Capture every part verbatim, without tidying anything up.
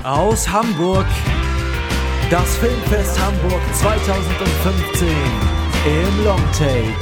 Aus Hamburg, das Filmfest Hamburg zweitausendfünfzehn im Longtake.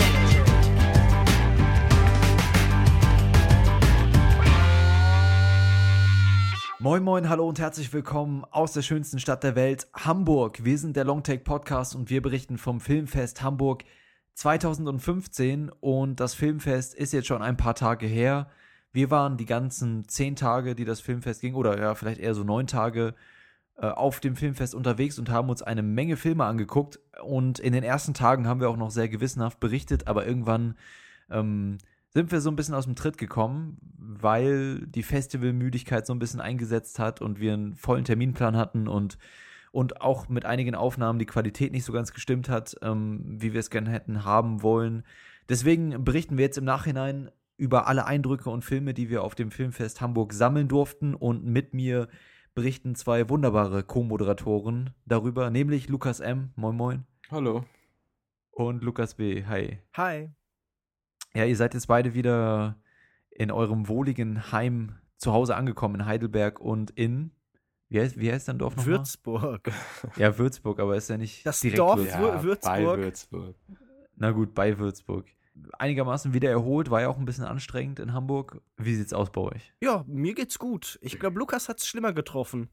Moin moin, hallo und herzlich willkommen aus der schönsten Stadt der Welt, Hamburg. Wir sind der Longtake Podcast und wir berichten vom Filmfest Hamburg zweitausendfünfzehn und das Filmfest ist jetzt schon ein paar Tage her. Wir waren die ganzen zehn Tage, die das Filmfest ging, oder ja, vielleicht eher so neun Tage äh, auf dem Filmfest unterwegs und haben uns eine Menge Filme angeguckt. Und in den ersten Tagen haben wir auch noch sehr gewissenhaft berichtet, aber irgendwann ähm, sind wir so ein bisschen aus dem Tritt gekommen, weil die Festivalmüdigkeit so ein bisschen eingesetzt hat und wir einen vollen Terminplan hatten und, und auch mit einigen Aufnahmen die Qualität nicht so ganz gestimmt hat, ähm, wie wir es gerne hätten haben wollen. Deswegen berichten wir jetzt im Nachhinein über alle Eindrücke und Filme, die wir auf dem Filmfest Hamburg sammeln durften. Und mit mir berichten zwei wunderbare Co-Moderatoren darüber, nämlich Lukas M. Moin moin. Hallo. Und Lukas B. Hi. Hi. Ja, ihr seid jetzt beide wieder in eurem wohligen Heim zu Hause angekommen in Heidelberg und in, wie heißt, wie heißt dein Dorf nochmal? Würzburg. Ja, Würzburg, aber ist ja nicht Das direkt Dorf Würzburg. Ja, Würzburg. bei Würzburg. Na gut, bei Würzburg. Einigermaßen wieder erholt, war ja auch ein bisschen anstrengend in Hamburg. Wie sieht's aus bei euch? Ja, mir geht's gut. Ich glaube, Lukas hat's schlimmer getroffen.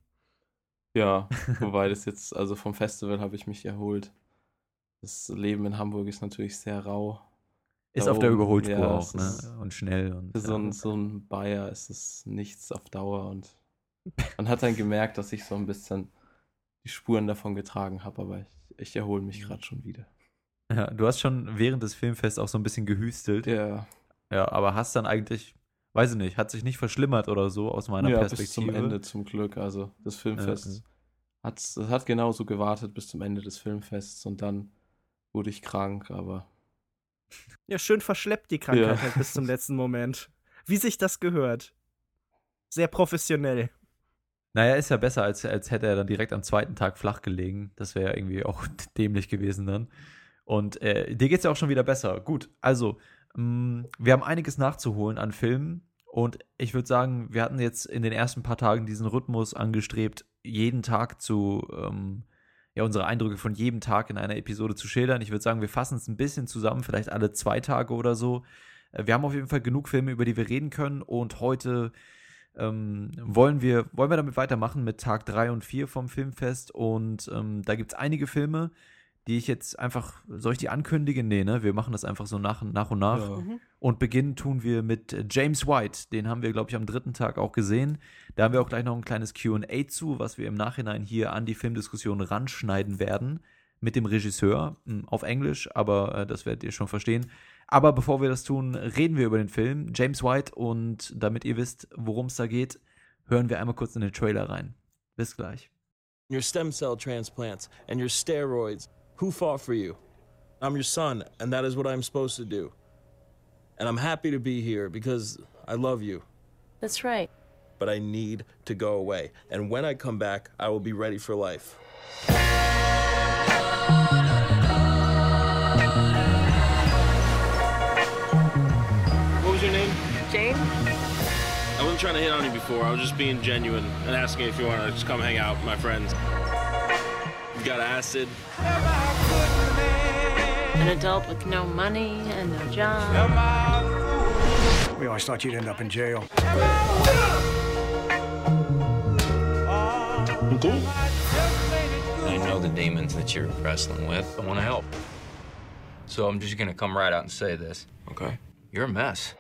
Ja, wobei das jetzt, also vom Festival habe ich mich erholt. Das Leben in Hamburg ist natürlich sehr rau. Ist Da auf der oben, Überholspur ja, auch, es ne? ist- Und schnell. Und, Für so ja. ein, so ein Bayer ist es nichts auf Dauer und man hat dann gemerkt, dass ich so ein bisschen die Spuren davon getragen habe, aber ich, ich erhole mich gerade schon wieder. Ja, du hast schon während des Filmfests auch so ein bisschen gehüstelt. Ja. Ja, aber hast dann eigentlich, weiß ich nicht, hat sich nicht verschlimmert oder so aus meiner ja Perspektive. bis zum Ende zum Glück. Also das Filmfest Ja, okay. hat, es hat genauso gewartet bis zum Ende des Filmfests und dann wurde ich krank, aber Ja, schön verschleppt die Krankheit Ja. halt bis zum letzten Moment. Wie sich das gehört. Sehr professionell. Naja, ist ja besser, als, als hätte er dann direkt am zweiten Tag flach gelegen. Das wäre ja irgendwie auch dämlich gewesen dann. Und äh, dir geht's ja auch schon wieder besser. Gut, also, mh, wir haben einiges nachzuholen an Filmen. Und ich würde sagen, wir hatten jetzt in den ersten paar Tagen diesen Rhythmus angestrebt, jeden Tag zu, ähm, ja, unsere Eindrücke von jedem Tag in einer Episode zu schildern. Ich würde sagen, wir fassen es ein bisschen zusammen, vielleicht alle zwei Tage oder so. Äh, Wir haben auf jeden Fall genug Filme, über die wir reden können. Und heute ähm, wollen wir, wollen wir damit weitermachen mit Tag drei und vier vom Filmfest. Und ähm, da gibt es einige Filme, die ich jetzt einfach, soll ich die ankündigen? Nee, ne? Wir machen das einfach so nach, nach und nach. Ja. Mhm. Und beginnen tun wir mit James White. Den haben wir, glaube ich, am dritten Tag auch gesehen. Da haben wir auch gleich noch ein kleines Q und A zu, was wir im Nachhinein hier an die Filmdiskussion ranschneiden werden. Mit dem Regisseur mh, auf Englisch, aber äh, das werdet ihr schon verstehen. Aber bevor wir das tun, reden wir über den Film James White. Und damit ihr wisst, worum es da geht, hören wir einmal kurz in den Trailer rein. Bis gleich. Your stem cell transplants and your steroids. Who fought for you? I'm your son, and that is what I'm supposed to do. And I'm happy to be here because I love you. That's right. But I need to go away. And when I come back, I will be ready for life. What was your name? Jane? I wasn't trying to hit on you before. I was just being genuine and asking if you want to just come hang out with my friends. You got acid? An adult with no money and no job. We always thought you'd end up in jail. You cool? I know the demons that you're wrestling with. I want to help. So I'm just gonna come right out and say this. Okay. You're a mess.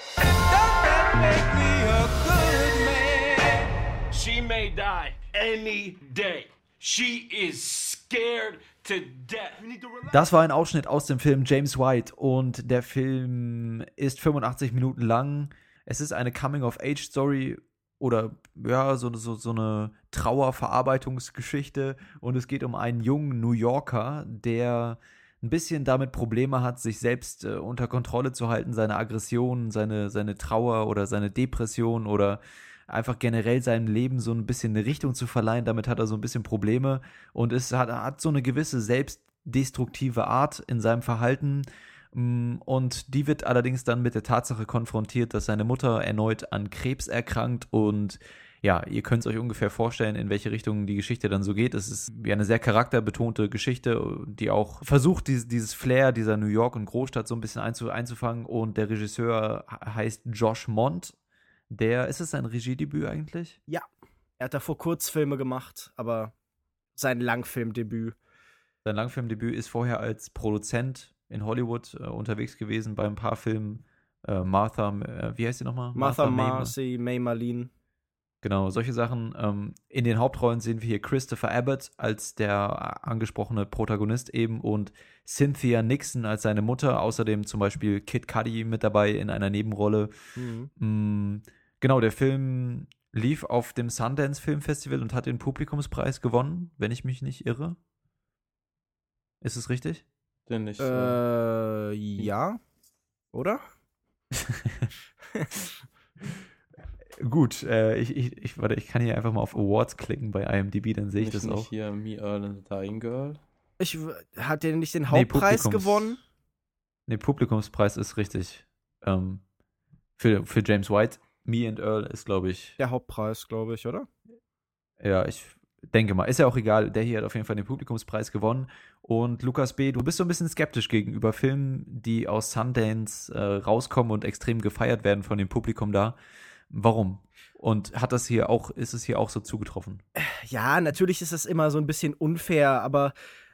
She may die any day. She is scared to death. You need to relax. Das war ein Ausschnitt aus dem Film James White und der Film ist fünfundachtzig Minuten lang. Es ist eine Coming-of-Age-Story oder ja, so, so, so eine Trauerverarbeitungsgeschichte und es geht um einen jungen New Yorker, der ein bisschen damit Probleme hat, sich selbst äh, unter Kontrolle zu halten, seine Aggression, seine, seine Trauer oder seine Depression oder einfach generell seinem Leben so ein bisschen eine Richtung zu verleihen. Damit hat er so ein bisschen Probleme und es hat, hat so eine gewisse selbstdestruktive Art in seinem Verhalten und die wird allerdings dann mit der Tatsache konfrontiert, dass seine Mutter erneut an Krebs erkrankt und ja, ihr könnt es euch ungefähr vorstellen, in welche Richtung die Geschichte dann so geht. Es ist wie eine sehr charakterbetonte Geschichte, die auch versucht, dieses, dieses Flair dieser New York- und Großstadt so ein bisschen einzu, einzufangen. Und der Regisseur heißt Josh Mont. Der, ist es sein Regiedebüt eigentlich? Ja, er hat davor Kurzfilme gemacht, aber sein Langfilmdebüt. Sein Langfilmdebüt ist vorher als Produzent in Hollywood äh, unterwegs gewesen bei ein paar Filmen. Äh, Martha, äh, wie heißt sie nochmal? Martha, Martha Marcy, May Marlene. Genau, solche Sachen. Ähm, in den Hauptrollen sehen wir hier Christopher Abbott als der angesprochene Protagonist eben und Cynthia Nixon als seine Mutter. Außerdem zum Beispiel Kid Cudi mit dabei in einer Nebenrolle. Mhm. Mm, genau, der Film lief auf dem Sundance Film Festival und hat den Publikumspreis gewonnen, wenn ich mich nicht irre. Ist es richtig? Denn nicht. Äh, ja. Oder? Gut, äh, ich, ich, ich, warte, ich kann hier einfach mal auf Awards klicken bei IMDb, dann sehe ich das nicht auch. Hier Me Earl and the Dying Girl. Ich, hat der nicht den Hauptpreis nee, gewonnen? Nee, Publikumspreis ist richtig. Ähm, für, für James White. Me and Earl ist, glaube ich. Der Hauptpreis, glaube ich, oder? Ja, ich denke mal. Ist ja auch egal. Der hier hat auf jeden Fall den Publikumspreis gewonnen. Und Lukas B., du bist so ein bisschen skeptisch gegenüber Filmen, die aus Sundance äh, rauskommen und extrem gefeiert werden von dem Publikum da. Warum? Und hat das hier auch, ist es hier auch so zugetroffen? Ja, natürlich ist das immer so ein bisschen unfair, aber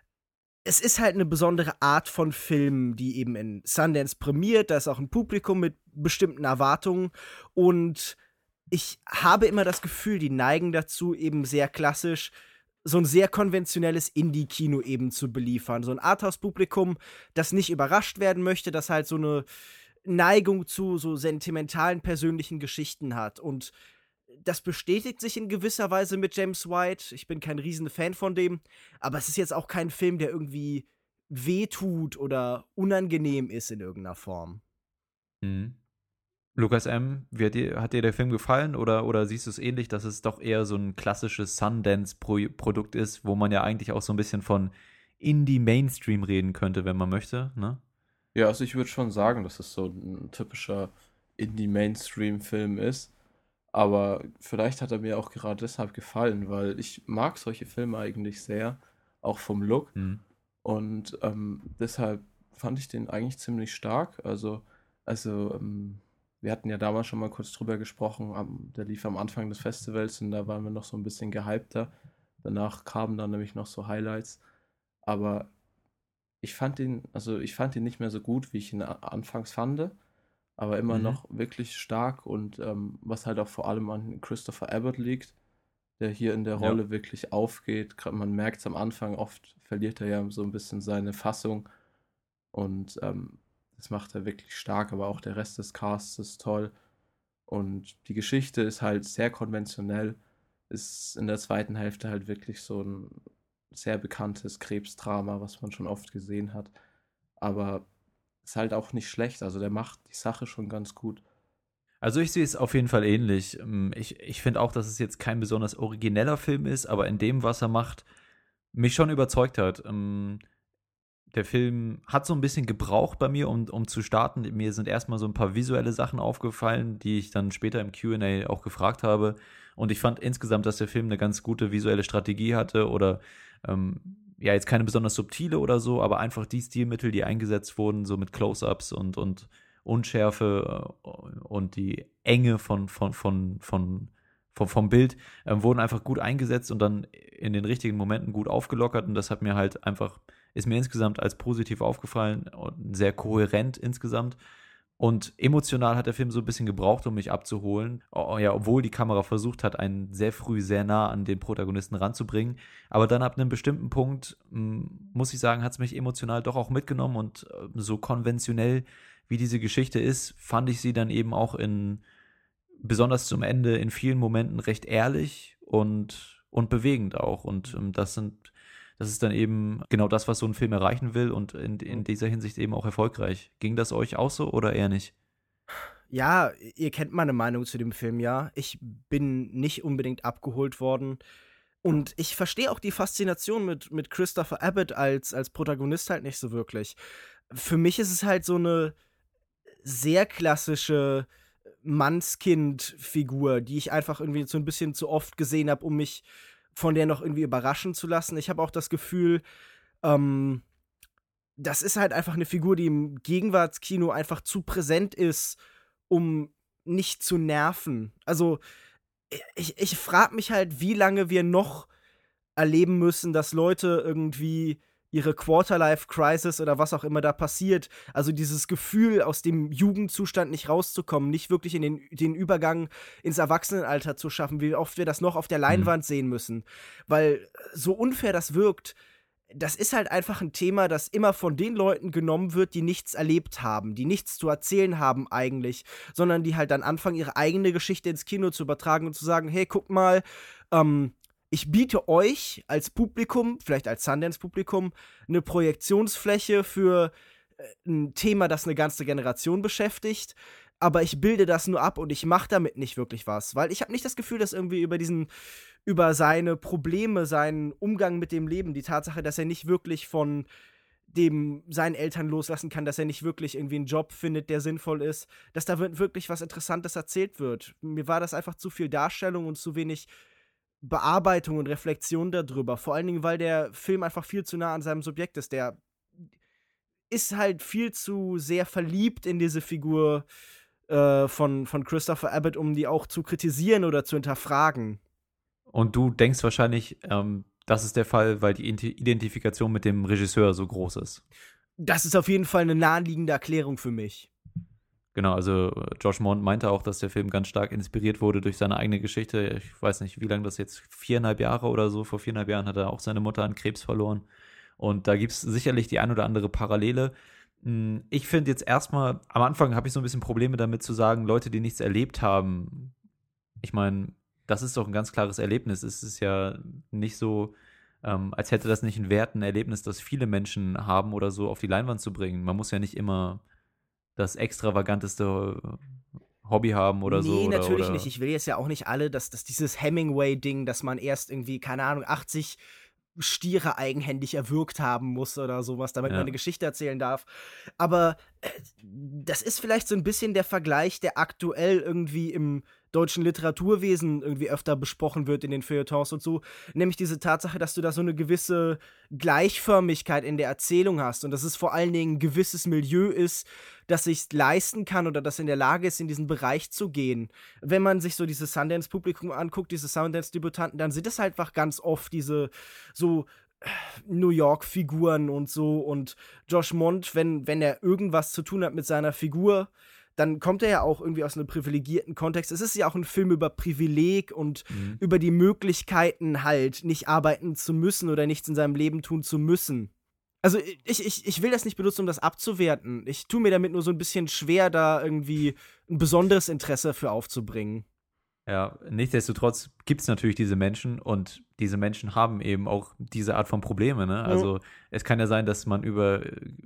es ist halt eine besondere Art von Film, die eben in Sundance prämiert. Da ist auch ein Publikum mit bestimmten Erwartungen und ich habe immer das Gefühl, die neigen dazu, eben sehr klassisch so ein sehr konventionelles Indie-Kino eben zu beliefern. So ein Arthouse-Publikum, das nicht überrascht werden möchte, das halt so eine Neigung zu so sentimentalen, persönlichen Geschichten hat. Und das bestätigt sich in gewisser Weise mit James White. Ich bin kein riesen Fan von dem, aber es ist jetzt auch kein Film, der irgendwie wehtut oder unangenehm ist in irgendeiner Form. Mhm. Lukas M., wie hat, dir, hat dir der Film gefallen oder, oder siehst du es ähnlich, dass es doch eher so ein klassisches Sundance-Produkt ist, wo man ja eigentlich auch so ein bisschen von Indie-Mainstream reden könnte, wenn man möchte, ne? Ja, also ich würde schon sagen, dass es so ein typischer Indie-Mainstream-Film ist. Aber vielleicht hat er mir auch gerade deshalb gefallen, weil ich mag solche Filme eigentlich sehr, auch vom Look. Mhm. Und ähm, deshalb fand ich den eigentlich ziemlich stark. Also, also ähm, wir hatten ja damals schon mal kurz drüber gesprochen, am, der lief am Anfang des Festivals und da waren wir noch so ein bisschen gehypter. Danach kamen dann nämlich noch so Highlights. Aber ich fand ihn, also ich fand ihn nicht mehr so gut, wie ich ihn anfangs fand, aber immer Mhm. noch wirklich stark und ähm, was halt auch vor allem an Christopher Abbott liegt, der hier in der Ja. Rolle wirklich aufgeht. Gra- Man merkt es am Anfang, oft verliert er ja so ein bisschen seine Fassung und ähm, das macht er wirklich stark, aber auch der Rest des Casts ist toll und die Geschichte ist halt sehr konventionell, ist in der zweiten Hälfte halt wirklich so ein sehr bekanntes Krebsdrama, was man schon oft gesehen hat. Aber ist halt auch nicht schlecht. Also der macht die Sache schon ganz gut. Also ich sehe es auf jeden Fall ähnlich. Ähm, Ich, ich finde auch, dass es jetzt kein besonders origineller Film ist, aber in dem, was er macht, mich schon überzeugt hat. Ähm, Der Film hat so ein bisschen gebraucht bei mir, um, um zu starten. Mir sind erstmal so ein paar visuelle Sachen aufgefallen, die ich dann später im Q und A auch gefragt habe. Und ich fand insgesamt, dass der Film eine ganz gute visuelle Strategie hatte oder ähm, ja, jetzt keine besonders subtile oder so, aber einfach die Stilmittel, die eingesetzt wurden, so mit Close-Ups und, und Unschärfe äh, und die Enge von, von, von, von, vom, vom Bild, äh, wurden einfach gut eingesetzt und dann in den richtigen Momenten gut aufgelockert. Und das hat mir halt einfach, ist mir insgesamt als positiv aufgefallen und sehr kohärent insgesamt. Und emotional hat der Film so ein bisschen gebraucht, um mich abzuholen. Oh, ja, obwohl die Kamera versucht hat, einen sehr früh sehr nah an den Protagonisten ranzubringen. Aber dann ab einem bestimmten Punkt, mh, muss ich sagen, hat es mich emotional doch auch mitgenommen. Und äh, so konventionell, wie diese Geschichte ist, fand ich sie dann eben auch in, besonders zum Ende, in vielen Momenten recht ehrlich und, und bewegend auch. Und ähm, das sind Das ist dann eben genau das, was so ein Film erreichen will und in, in dieser Hinsicht eben auch erfolgreich. Ging das euch auch so oder eher nicht? Ja, ihr kennt meine Meinung zu dem Film, ja. Ich bin nicht unbedingt abgeholt worden. Und ich verstehe auch die Faszination mit, mit Christopher Abbott als, als Protagonist halt nicht so wirklich. Für mich ist es halt so eine sehr klassische Mannskind-Figur, die ich einfach irgendwie so ein bisschen zu oft gesehen habe, um mich von der noch irgendwie überraschen zu lassen. Ich habe auch das Gefühl, ähm, das ist halt einfach eine Figur, die im Gegenwartskino einfach zu präsent ist, um nicht zu nerven. Also ich, ich frage mich halt, wie lange wir noch erleben müssen, dass Leute irgendwie ihre Quarterlife-Crisis oder was auch immer da passiert, also dieses Gefühl, aus dem Jugendzustand nicht rauszukommen, nicht wirklich in den, den Übergang ins Erwachsenenalter zu schaffen, wie oft wir das noch auf der Leinwand mhm. sehen müssen. Weil so unfair das wirkt, das ist halt einfach ein Thema, das immer von den Leuten genommen wird, die nichts erlebt haben, die nichts zu erzählen haben eigentlich, sondern die halt dann anfangen, ihre eigene Geschichte ins Kino zu übertragen und zu sagen, hey, guck mal, ähm, ich biete euch als Publikum, vielleicht als Sundance-Publikum, eine Projektionsfläche für ein Thema, das eine ganze Generation beschäftigt, aber ich bilde das nur ab und ich mache damit nicht wirklich was, weil ich habe nicht das Gefühl, dass irgendwie über diesen, über seine Probleme, seinen Umgang mit dem Leben, die Tatsache, dass er nicht wirklich von dem seinen Eltern loslassen kann, dass er nicht wirklich irgendwie einen Job findet, der sinnvoll ist, dass da wirklich was Interessantes erzählt wird. Mir war das einfach zu viel Darstellung und zu wenig Bearbeitung und Reflexion darüber. Vor allen Dingen, weil der Film einfach viel zu nah an seinem Subjekt ist. Der ist halt viel zu sehr verliebt in diese Figur äh, von, von Christopher Abbott, um die auch zu kritisieren oder zu hinterfragen. Und du denkst wahrscheinlich, ähm, das ist der Fall, weil die Identifikation mit dem Regisseur so groß ist. Das ist auf jeden Fall eine naheliegende Erklärung für mich. Genau, also Josh Mond meinte auch, dass der Film ganz stark inspiriert wurde durch seine eigene Geschichte. Ich weiß nicht, wie lange das jetzt, viereinhalb Jahre oder so, vor viereinhalb Jahren hat er auch seine Mutter an Krebs verloren. Und da gibt es sicherlich die ein oder andere Parallele. Ich finde jetzt erstmal, am Anfang habe ich so ein bisschen Probleme damit zu sagen, Leute, die nichts erlebt haben, ich meine, das ist doch ein ganz klares Erlebnis. Es ist ja nicht so, ähm, als hätte das nicht einen Wert, ein Erlebnis, das viele Menschen haben oder so auf die Leinwand zu bringen. Man muss ja nicht immer das extravaganteste Hobby haben oder nee, so. Nee, oder, natürlich oder nicht. Ich will jetzt ja auch nicht alle, dass, dass dieses Hemingway-Ding, dass man erst irgendwie, keine Ahnung, achtzig Stiere eigenhändig erwürgt haben muss oder sowas, damit ja. man eine Geschichte erzählen darf. Aber äh, das ist vielleicht so ein bisschen der Vergleich, der aktuell irgendwie im deutschen Literaturwesen irgendwie öfter besprochen wird in den Feuilletons und so, nämlich diese Tatsache, dass du da so eine gewisse Gleichförmigkeit in der Erzählung hast und dass es vor allen Dingen ein gewisses Milieu ist, das sich leisten kann oder das in der Lage ist, in diesen Bereich zu gehen. Wenn man sich so dieses Sundance-Publikum anguckt, diese Sundance-Debütanten, dann sind es halt einfach ganz oft diese so New York-Figuren und so und Josh Mond, wenn, wenn er irgendwas zu tun hat mit seiner Figur, dann kommt er ja auch irgendwie aus einem privilegierten Kontext. Es ist ja auch ein Film über Privileg und mhm. über die Möglichkeiten halt, nicht arbeiten zu müssen oder nichts in seinem Leben tun zu müssen. Also ich, ich, ich will das nicht benutzen, um das abzuwerten. Ich tue mir damit nur so ein bisschen schwer, da irgendwie ein besonderes Interesse für aufzubringen. Ja, nichtsdestotrotz gibt es natürlich diese Menschen und diese Menschen haben eben auch diese Art von Probleme, ne? Also ja. Es kann ja sein, dass man über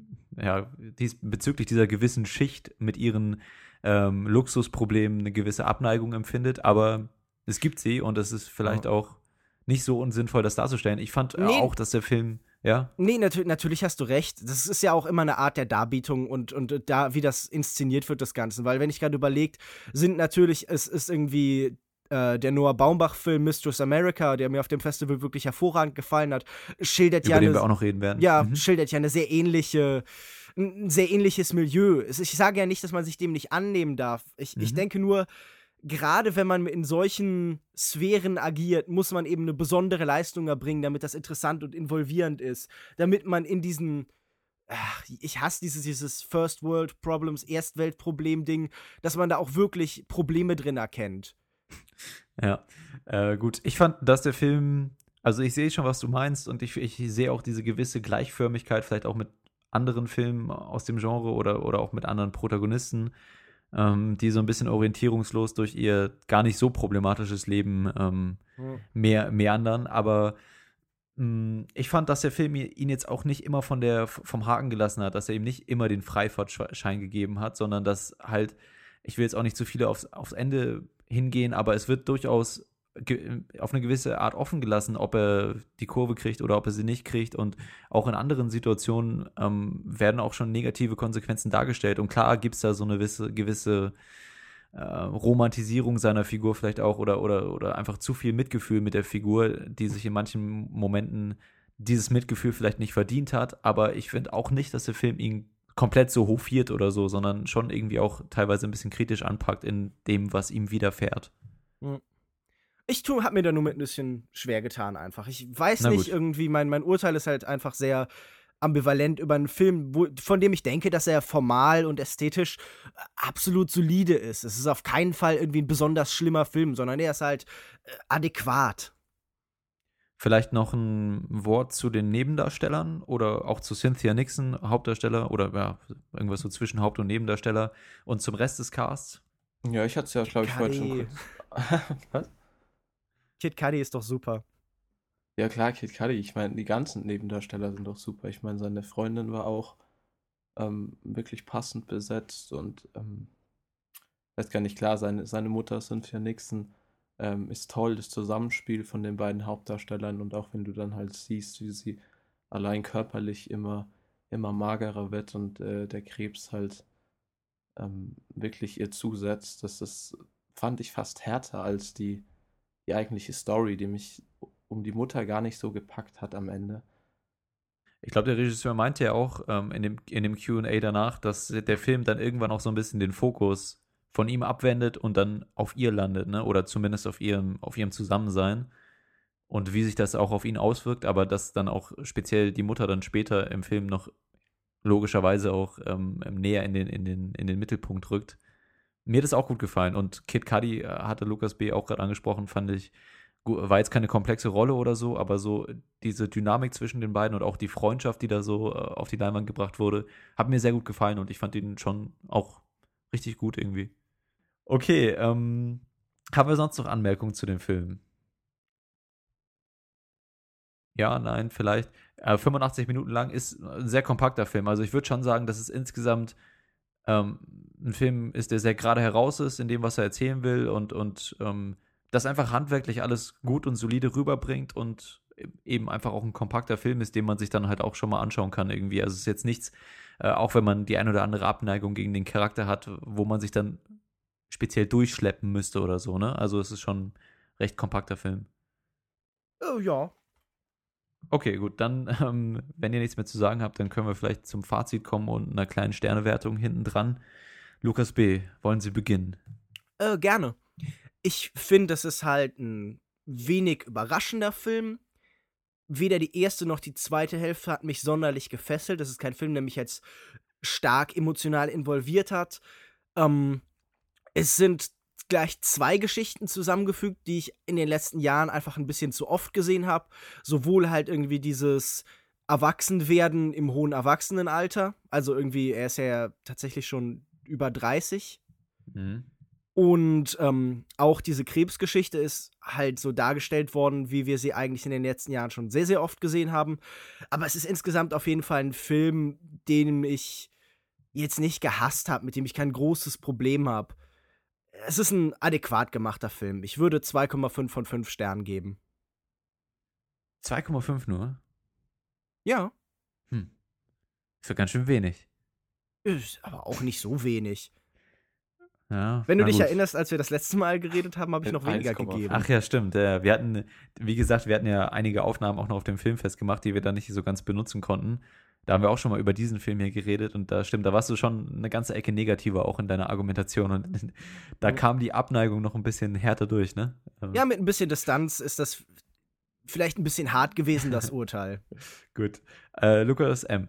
ja, dies, bezüglich dieser gewissen Schicht mit ihren ähm, Luxusproblemen eine gewisse Abneigung empfindet, aber es gibt sie und es ist vielleicht ja. auch nicht so unsinnvoll, das darzustellen. Ich fand nee. auch, dass der Film, ja. Nee, nat- natürlich hast du recht. Das ist ja auch immer eine Art der Darbietung und, und da, wie das inszeniert wird, das Ganze. Weil, wenn ich gerade überlegt, sind natürlich, es ist irgendwie äh, der Noah Baumbach-Film Mistress America, der mir auf dem Festival wirklich hervorragend gefallen hat, schildert Über ja den eine, wir auch noch reden werden. Ja, mhm. schildert ja eine sehr ähnliche, ein sehr ähnliches Milieu. Ich sage ja nicht, dass man sich dem nicht annehmen darf. Ich, mhm. ich denke nur, gerade wenn man in solchen Sphären agiert, muss man eben eine besondere Leistung erbringen, damit das interessant und involvierend ist. Damit man in diesen, ach, ich hasse dieses, dieses First World Problems, Erstweltproblem-Ding, dass man da auch wirklich Probleme drin erkennt. Ja, äh, gut. Ich fand, dass der Film, also ich sehe schon, was du meinst und ich, ich sehe auch diese gewisse Gleichförmigkeit, vielleicht auch mit anderen Filmen aus dem Genre oder, oder auch mit anderen Protagonisten, Ähm, die so ein bisschen orientierungslos durch ihr gar nicht so problematisches Leben ähm, hm. mehr meandern, aber mh, ich fand, dass der Film ihn jetzt auch nicht immer von der, vom Haken gelassen hat, dass er ihm nicht immer den Freifahrtschein gegeben hat, sondern dass halt, ich will jetzt auch nicht zu viele aufs, aufs Ende hingehen, aber es wird durchaus ge- auf eine gewisse Art offen gelassen, ob er die Kurve kriegt oder ob er sie nicht kriegt und auch in anderen Situationen ähm, werden auch schon negative Konsequenzen dargestellt und klar gibt es da so eine gewisse, gewisse äh, Romantisierung seiner Figur vielleicht auch oder, oder, oder einfach zu viel Mitgefühl mit der Figur, die sich in manchen Momenten dieses Mitgefühl vielleicht nicht verdient hat. Aber ich finde auch nicht, dass der Film ihn komplett so hofiert oder so, sondern schon irgendwie auch teilweise ein bisschen kritisch anpackt in dem, was ihm widerfährt. Ich tu, hab mir da nur mit ein bisschen schwer getan einfach. Ich weiß nicht, irgendwie, mein, mein Urteil ist halt einfach sehr ambivalent über einen Film, wo, von dem ich denke, dass er formal und ästhetisch absolut solide ist. Es ist auf keinen Fall irgendwie ein besonders schlimmer Film, sondern er ist halt äh, adäquat. Vielleicht noch ein Wort zu den Nebendarstellern oder auch zu Cynthia Nixon, Hauptdarsteller oder ja, irgendwas so zwischen Haupt- und Nebendarsteller und zum Rest des Casts. Ja, ich hatte es ja, glaube ich, vorhin schon kurz. Was? Kid Cudi ist doch super. Ja, klar, Kid Cudi. Ich meine, die ganzen Nebendarsteller sind doch super. Ich meine, seine Freundin war auch ähm, wirklich passend besetzt und ähm, weiß gar nicht, klar, seine, seine Mutter Cynthia Nixon ähm, ist toll, das Zusammenspiel von den beiden Hauptdarstellern und auch wenn du dann halt siehst, wie sie allein körperlich immer, immer magerer wird und äh, der Krebs halt ähm, wirklich ihr zusetzt, das ist, fand ich fast härter als die, die eigentliche Story, die mich um die Mutter gar nicht so gepackt hat am Ende. Ich glaube, der Regisseur meinte ja auch ähm, in dem, in dem Q und A danach, dass der Film dann irgendwann auch so ein bisschen den Fokus von ihm abwendet und dann auf ihr landet, ne? Oder zumindest auf ihrem, auf ihrem Zusammensein. Und wie sich das auch auf ihn auswirkt, aber dass dann auch speziell die Mutter dann später im Film noch logischerweise auch ähm, näher in den, in, den, in den Mittelpunkt rückt. Mir hat das auch gut gefallen. Und Kid Cudi äh, hatte Lukas B. auch gerade angesprochen, fand ich, gut, war jetzt keine komplexe Rolle oder so, aber so diese Dynamik zwischen den beiden und auch die Freundschaft, die da so äh, auf die Leinwand gebracht wurde, hat mir sehr gut gefallen und ich fand ihn schon auch richtig gut irgendwie. Okay, ähm, haben wir sonst noch Anmerkungen zu dem Film? Ja, nein, vielleicht. Äh, fünfundachtzig Minuten lang ist ein sehr kompakter Film. Also ich würde schon sagen, dass es insgesamt ähm, ein Film ist, der sehr gerade heraus ist in dem, was er erzählen will und, und ähm, das einfach handwerklich alles gut und solide rüberbringt und eben einfach auch ein kompakter Film ist, den man sich dann halt auch schon mal anschauen kann irgendwie. Also es ist jetzt nichts, äh, auch wenn man die ein oder andere Abneigung gegen den Charakter hat, wo man sich dann speziell durchschleppen müsste oder so, ne? Also es ist schon ein recht kompakter Film. Oh ja. Okay, gut, dann, ähm, wenn ihr nichts mehr zu sagen habt, dann können wir vielleicht zum Fazit kommen und einer kleinen Sternewertung hinten dran. Lukas B., wollen Sie beginnen? Äh, gerne. Ich finde, es ist halt ein wenig überraschender Film. Weder die erste noch die zweite Hälfte hat mich sonderlich gefesselt. Das ist kein Film, der mich jetzt stark emotional involviert hat. Ähm, es sind gleich zwei Geschichten zusammengefügt, die ich in den letzten Jahren einfach ein bisschen zu oft gesehen habe. Sowohl halt irgendwie dieses Erwachsenwerden im hohen Erwachsenenalter. Also irgendwie, er ist ja tatsächlich schon über dreißig. Mhm. Und ähm, auch diese Krebsgeschichte ist halt so dargestellt worden, wie wir sie eigentlich in den letzten Jahren schon sehr, sehr oft gesehen haben. Aber es ist insgesamt auf jeden Fall ein Film, den ich jetzt nicht gehasst habe, mit dem ich kein großes Problem habe. Es ist ein adäquat gemachter Film. Ich würde zwei Komma fünf von fünf Sternen geben. zwei Komma fünf nur? Ja. Hm. Ist doch ganz schön wenig. Ist aber auch nicht so wenig. Ja, Wenn du na dich gut. erinnerst, als wir das letzte Mal geredet haben, habe ich Mit noch weniger eins Komma fünf. gegeben. Ach ja, stimmt. Äh, wir hatten, wie gesagt, wir hatten ja einige Aufnahmen auch noch auf dem Filmfest gemacht, die wir dann nicht so ganz benutzen konnten. Da haben wir auch schon mal über diesen Film hier geredet und da stimmt, da warst du schon eine ganze Ecke negativer auch in deiner Argumentation und da kam die Abneigung noch ein bisschen härter durch, ne? Ja, mit ein bisschen Distanz ist das vielleicht ein bisschen hart gewesen, das Urteil. Gut. Äh, Lukas M.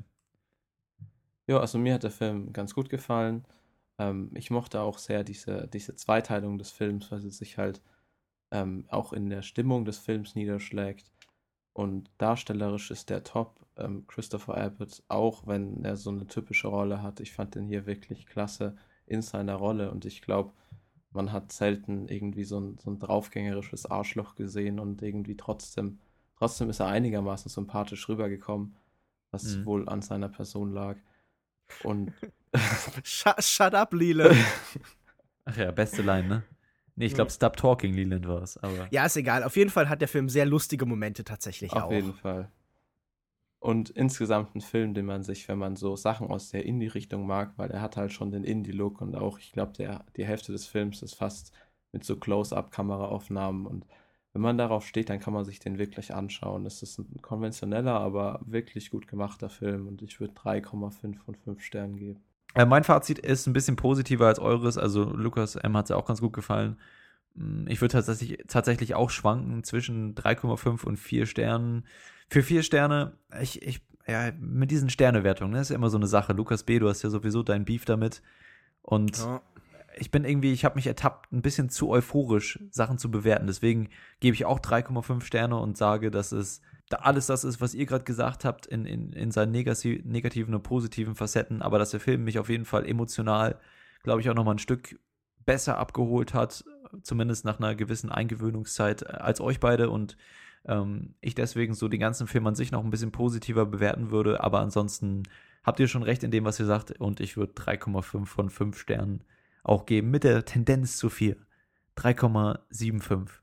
Ja, also mir hat der Film ganz gut gefallen. Ähm, ich mochte auch sehr diese, diese Zweiteilung des Films, weil sie sich halt ähm, auch in der Stimmung des Films niederschlägt. Und darstellerisch ist der top. Ähm, Christopher Abbott, auch wenn er so eine typische Rolle hat, ich fand den hier wirklich klasse in seiner Rolle. Und ich glaube, man hat selten irgendwie so ein, so ein draufgängerisches Arschloch gesehen und irgendwie trotzdem, trotzdem ist er einigermaßen sympathisch rübergekommen, was Mhm. wohl an seiner Person lag. Und Shut, shut up, Leland. Ach ja, beste Line, ne? Nee, ich glaube, Stop Talking Leland war es, aber. Ja, ist egal. Auf jeden Fall hat der Film sehr lustige Momente tatsächlich auf auch. jeden Fall. Und insgesamt ein Film, den man sich, wenn man so Sachen aus der Indie-Richtung mag, weil er hat halt schon den Indie-Look und auch, ich glaube, der die Hälfte des Films ist fast mit so Close-Up-Kameraaufnahmen und wenn man darauf steht, dann kann man sich den wirklich anschauen. Es ist ein konventioneller, aber wirklich gut gemachter Film und ich würde drei Komma fünf von fünf Sternen geben. Äh, mein Fazit ist ein bisschen positiver als eures. Also Lukas, M hat es ja auch ganz gut gefallen. Ich würde tatsächlich, tatsächlich auch schwanken zwischen drei Komma fünf und vier Sternen. Für vier Sterne, ich, ich, ja, mit diesen Sternewertungen, ne, ist ja immer so eine Sache. Lukas B., du hast ja sowieso dein Beef damit. Und ja. ich bin irgendwie, ich habe mich ertappt, ein bisschen zu euphorisch Sachen zu bewerten. Deswegen gebe ich auch drei Komma fünf Sterne und sage, dass es da alles das ist, was ihr gerade gesagt habt, in, in, in seinen negati- negativen und positiven Facetten, aber dass der Film mich auf jeden Fall emotional, glaube ich, auch nochmal ein Stück besser abgeholt hat, zumindest nach einer gewissen Eingewöhnungszeit als euch beide und ähm, ich deswegen so den ganzen Film an sich noch ein bisschen positiver bewerten würde, aber ansonsten habt ihr schon recht in dem, was ihr sagt und ich würde drei Komma fünf von fünf Sternen auch geben, mit der Tendenz zu vier. drei Komma fünfundsiebzig.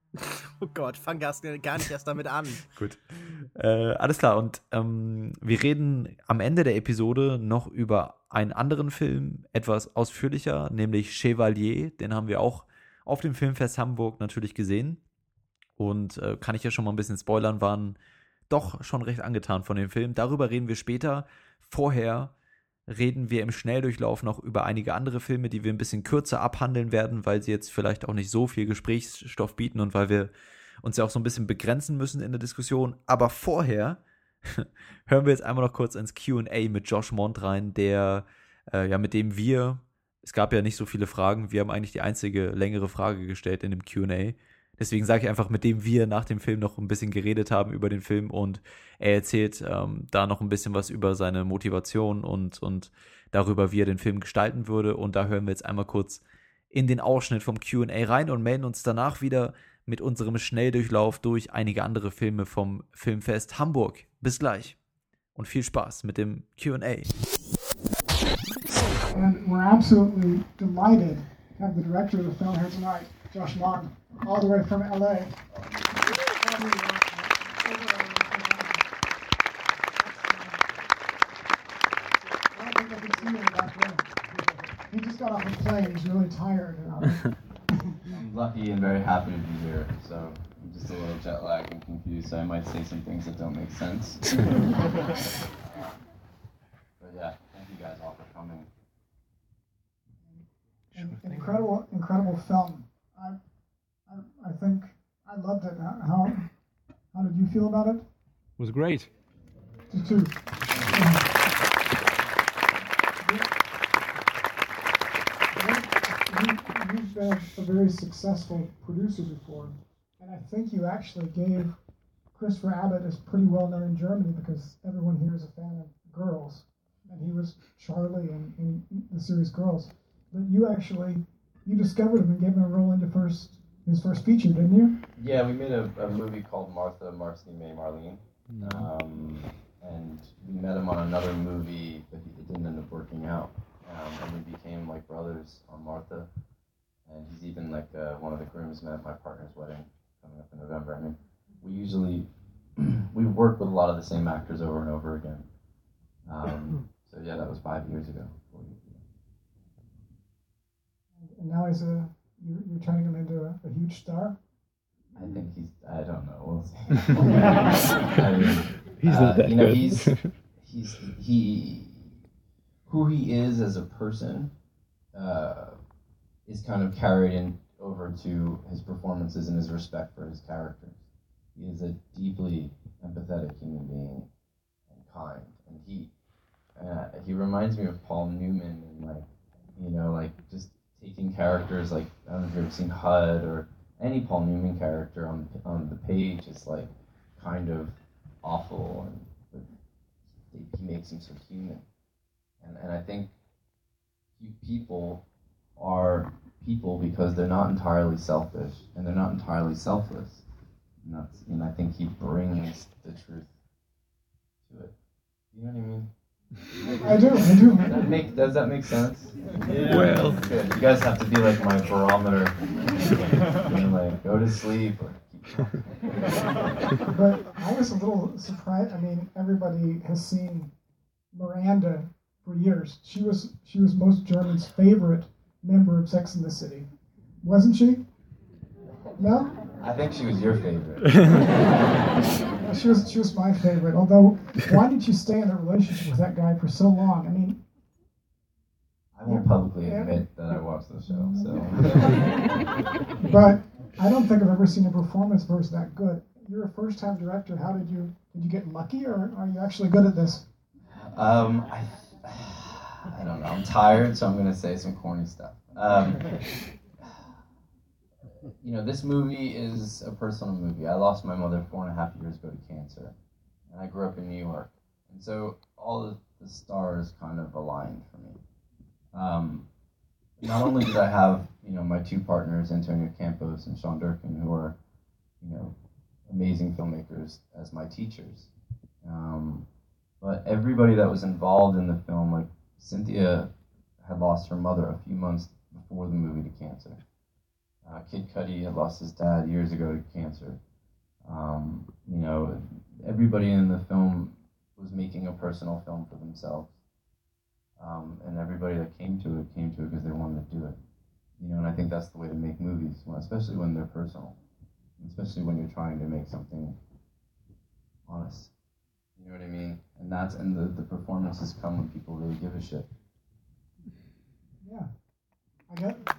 Oh Gott, fang gar nicht erst damit an. Gut. Äh, alles klar, und ähm, wir reden am Ende der Episode noch über einen anderen Film, etwas ausführlicher, nämlich Chevalier. Den haben wir auch auf dem Filmfest Hamburg natürlich gesehen. Und äh, kann ich ja schon mal ein bisschen spoilern, waren doch schon recht angetan von dem Film. Darüber reden wir später. Vorher reden wir im Schnelldurchlauf noch über einige andere Filme, die wir ein bisschen kürzer abhandeln werden, weil sie jetzt vielleicht auch nicht so viel Gesprächsstoff bieten und weil wir uns ja auch so ein bisschen begrenzen müssen in der Diskussion. Aber vorher hören wir jetzt einmal noch kurz ins Q and A mit Josh Mond rein, der, äh, ja, mit dem wir, es gab ja nicht so viele Fragen, wir haben eigentlich die einzige längere Frage gestellt in dem Q and A. Deswegen sage ich einfach, mit dem wir nach dem Film noch ein bisschen geredet haben über den Film und er erzählt ähm, da noch ein bisschen was über seine Motivation und, und darüber, wie er den Film gestalten würde. Und da hören wir jetzt einmal kurz in den Ausschnitt vom Q and A rein und melden uns danach wieder mit unserem Schnelldurchlauf durch einige andere Filme vom Filmfest Hamburg. Bis gleich und viel Spaß mit dem Q and A. And we're absolutely delighted to have the director of the film here tonight, Josh Mond, all the way from L A. He just got off a plane. He's really tired. I'm lucky and very happy to be here. So I'm just a little jet lagged and confused. So I might say some things that don't make sense. uh, but yeah, thank you guys all for coming. An incredible, incredible film. I, I, I think I loved it. How, how did you feel about it? It was great. Me too. You've been a very successful producer before, and I think you actually gave Christopher Abbott is pretty well known in Germany because everyone here is a fan of Girls, and he was Charlie in, in the series Girls. But you actually, you discovered him and gave him a role in your first, his first feature, didn't you? Yeah, we made a, a movie called Martha, Marcy, May, Marlene. Um, and we met him on another movie, but it didn't end up working out. Um, and we became like brothers on Martha. And he's even like uh, one of the groomsmen at my partner's wedding coming up in November. I mean, we usually, we work with a lot of the same actors over and over again. Um, so yeah, that was five years ago. And now he's a, you're, you're turning him into a, a huge star? I think he's, I don't know, we'll see. I mean, he's uh, not that you know, good. he's, he's, he, who he is as a person uh, is kind of carried in over to his performances and his respect for his characters. He is a deeply empathetic human being and kind, and he, uh, he reminds me of Paul Newman and like, you know, like just taking characters like, I don't know if you've ever seen H U D or any Paul Newman character on on the page is like kind of awful, and but he makes him so human. And and I think you people are people because they're not entirely selfish and they're not entirely selfless. And that's and I think he brings the truth to it. You know what I mean? I do, I do. Does that make, does that make sense? Yeah. Well. Good. You guys have to be like my barometer. And like, go to sleep or keep But I was a little surprised. I mean, everybody has seen Miranda for years. She was she was most Germans' favorite member of Sex and the City, wasn't she? No? I think she was your favorite. she was she was my favorite. Although, why did you stay in a relationship with that guy for so long? I mean, I won't publicly admit that I watched the show. So, but I don't think I've ever seen a performance of hers that good. You're a first-time director. How did you did you get lucky, or are you actually good at this? Um, I, I don't know. I'm tired, so I'm gonna say some corny stuff. Um, you know, this movie is a personal movie. I lost my mother four and a half years ago to cancer, and I grew up in New York, and so all of the stars kind of aligned for me. Um, not only did I have, you know, my two partners, Antonio Campos and Sean Durkin, who are, you know, amazing filmmakers as my teachers, um, but everybody that was involved in the film, like Cynthia had lost her mother a few months before the movie to cancer. Uh, Kid Cudi had lost his dad years ago to cancer. Um, you know, everybody in the film was making a personal film for themselves. Um, and everybody that came to it came to it because they wanted to do it. You know, and I think that's the way to make movies, well, especially when they're personal, especially when you're trying to make something honest. You know what I mean? And that's and the, the performances come when people really give a shit. Yeah, I get it.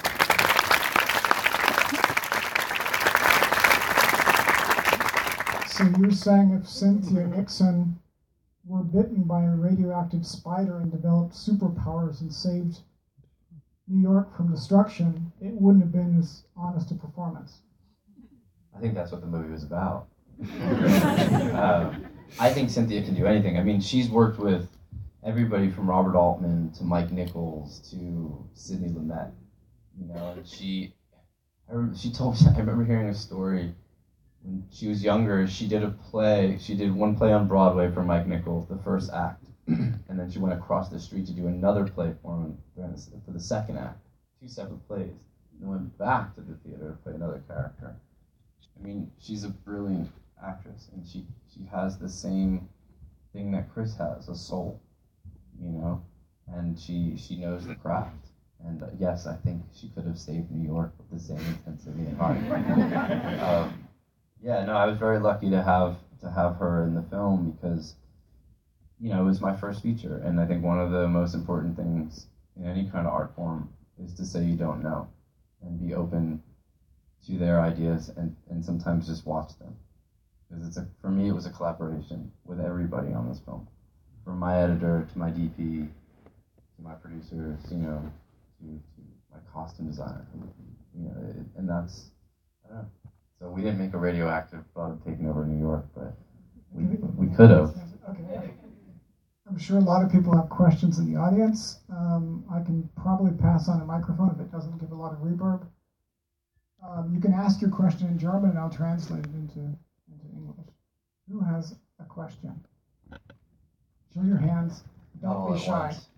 So you're saying if Cynthia Nixon were bitten by a radioactive spider and developed superpowers and saved New York from destruction, it wouldn't have been as honest a performance. I think that's what the movie was about. uh, I think Cynthia can do anything. I mean, she's worked with everybody from Robert Altman to Mike Nichols to Sidney Lumet. You know, and she, I remember, she told me, I remember hearing a story when she was younger. She did a play, she did one play on Broadway for Mike Nichols, the first act, and then she went across the street to do another play for him for the second act, two separate plays, and then went back to the theater to play another character. I mean, she's a brilliant actress, and she, she has the same thing that Chris has, a soul, you know, and she she knows the craft. And uh, yes, I think she could have saved New York with the same intensity and heart. um, yeah, no, I was very lucky to have to have her in the film because, you know, it was my first feature, and I think one of the most important things in any kind of art form is to say you don't know, and be open to their ideas, and, and sometimes just watch them. Because it's a, for me, it was a collaboration with everybody on this film, from my editor to my D P to my producers, you know, to, to my costume designer, you know, it, and that's, I don't know. So we didn't make a radioactive bug taking over New York, but we we could have. Okay. I'm sure a lot of people have questions in the audience. Um, I can probably pass on a microphone if it doesn't give a lot of reverb. Um, you can ask your question in German, and I'll translate it into, into English. Who has a question? Show your hands. Don't All be at shy. once.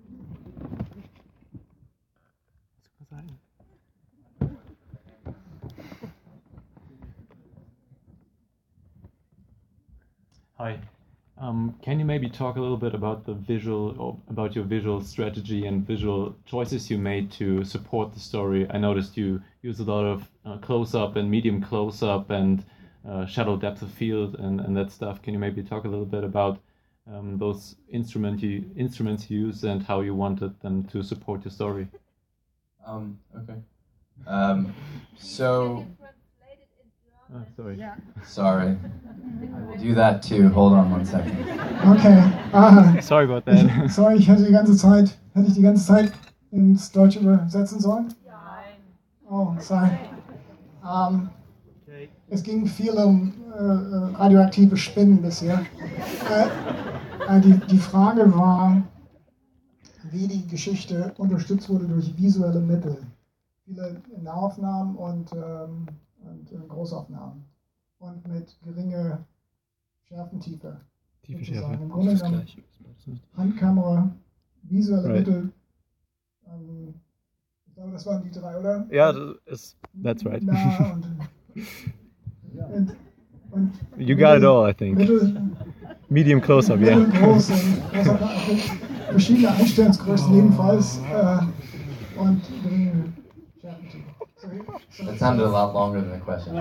Hi. Um, can you maybe talk a little bit about the visual, or about your visual strategy and visual choices you made to support the story? I noticed you use a lot of uh, close-up and medium close-up and uh, shadow depth of field and, and that stuff. Can you maybe talk a little bit about um, those instrument you, instruments you use and how you wanted them to support your story? Um, okay. Um, so... Oh, sorry. Yeah. Sorry. I will do that too. Hold on one second. Okay. Uh, Sorry about that. Sorry, ich hätte die ganze Zeit, hätte ich die ganze Zeit ins Deutsche übersetzen sollen? Nein. Oh, sorry. Um, es ging viel um äh, radioaktive Spinnen bisher. Äh, äh, die, die Frage war, wie die Geschichte unterstützt wurde durch visuelle Mittel. Viele Nahaufnahmen und ähm, und äh, Großaufnahmen und mit geringer Schärfentiefe. Tiefe sozusagen. Schärfe. Im Grunde genommen Handkamera, visuelle Right. Mittel. Ähm, ich glaube, das waren die drei, oder? Ja, das ist, that's right. Nah und Und, und You got it all, I think. Mittel, Medium close-up, yeah. Mittelgroß und großer, verschiedene Einstellungsgrößen ebenfalls äh, und geringe Schärfentiefe. That sounded a lot longer than the question.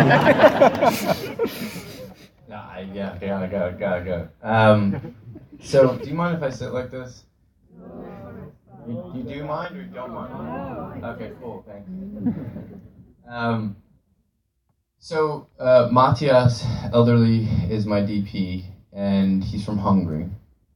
No, I, yeah, gotta go, gotta go. Um, so, do you mind if I sit like this? You, you do mind or you don't mind? Okay, cool, thank you. Um, so, uh, Matthias Elderly is my D P, and he's from Hungary.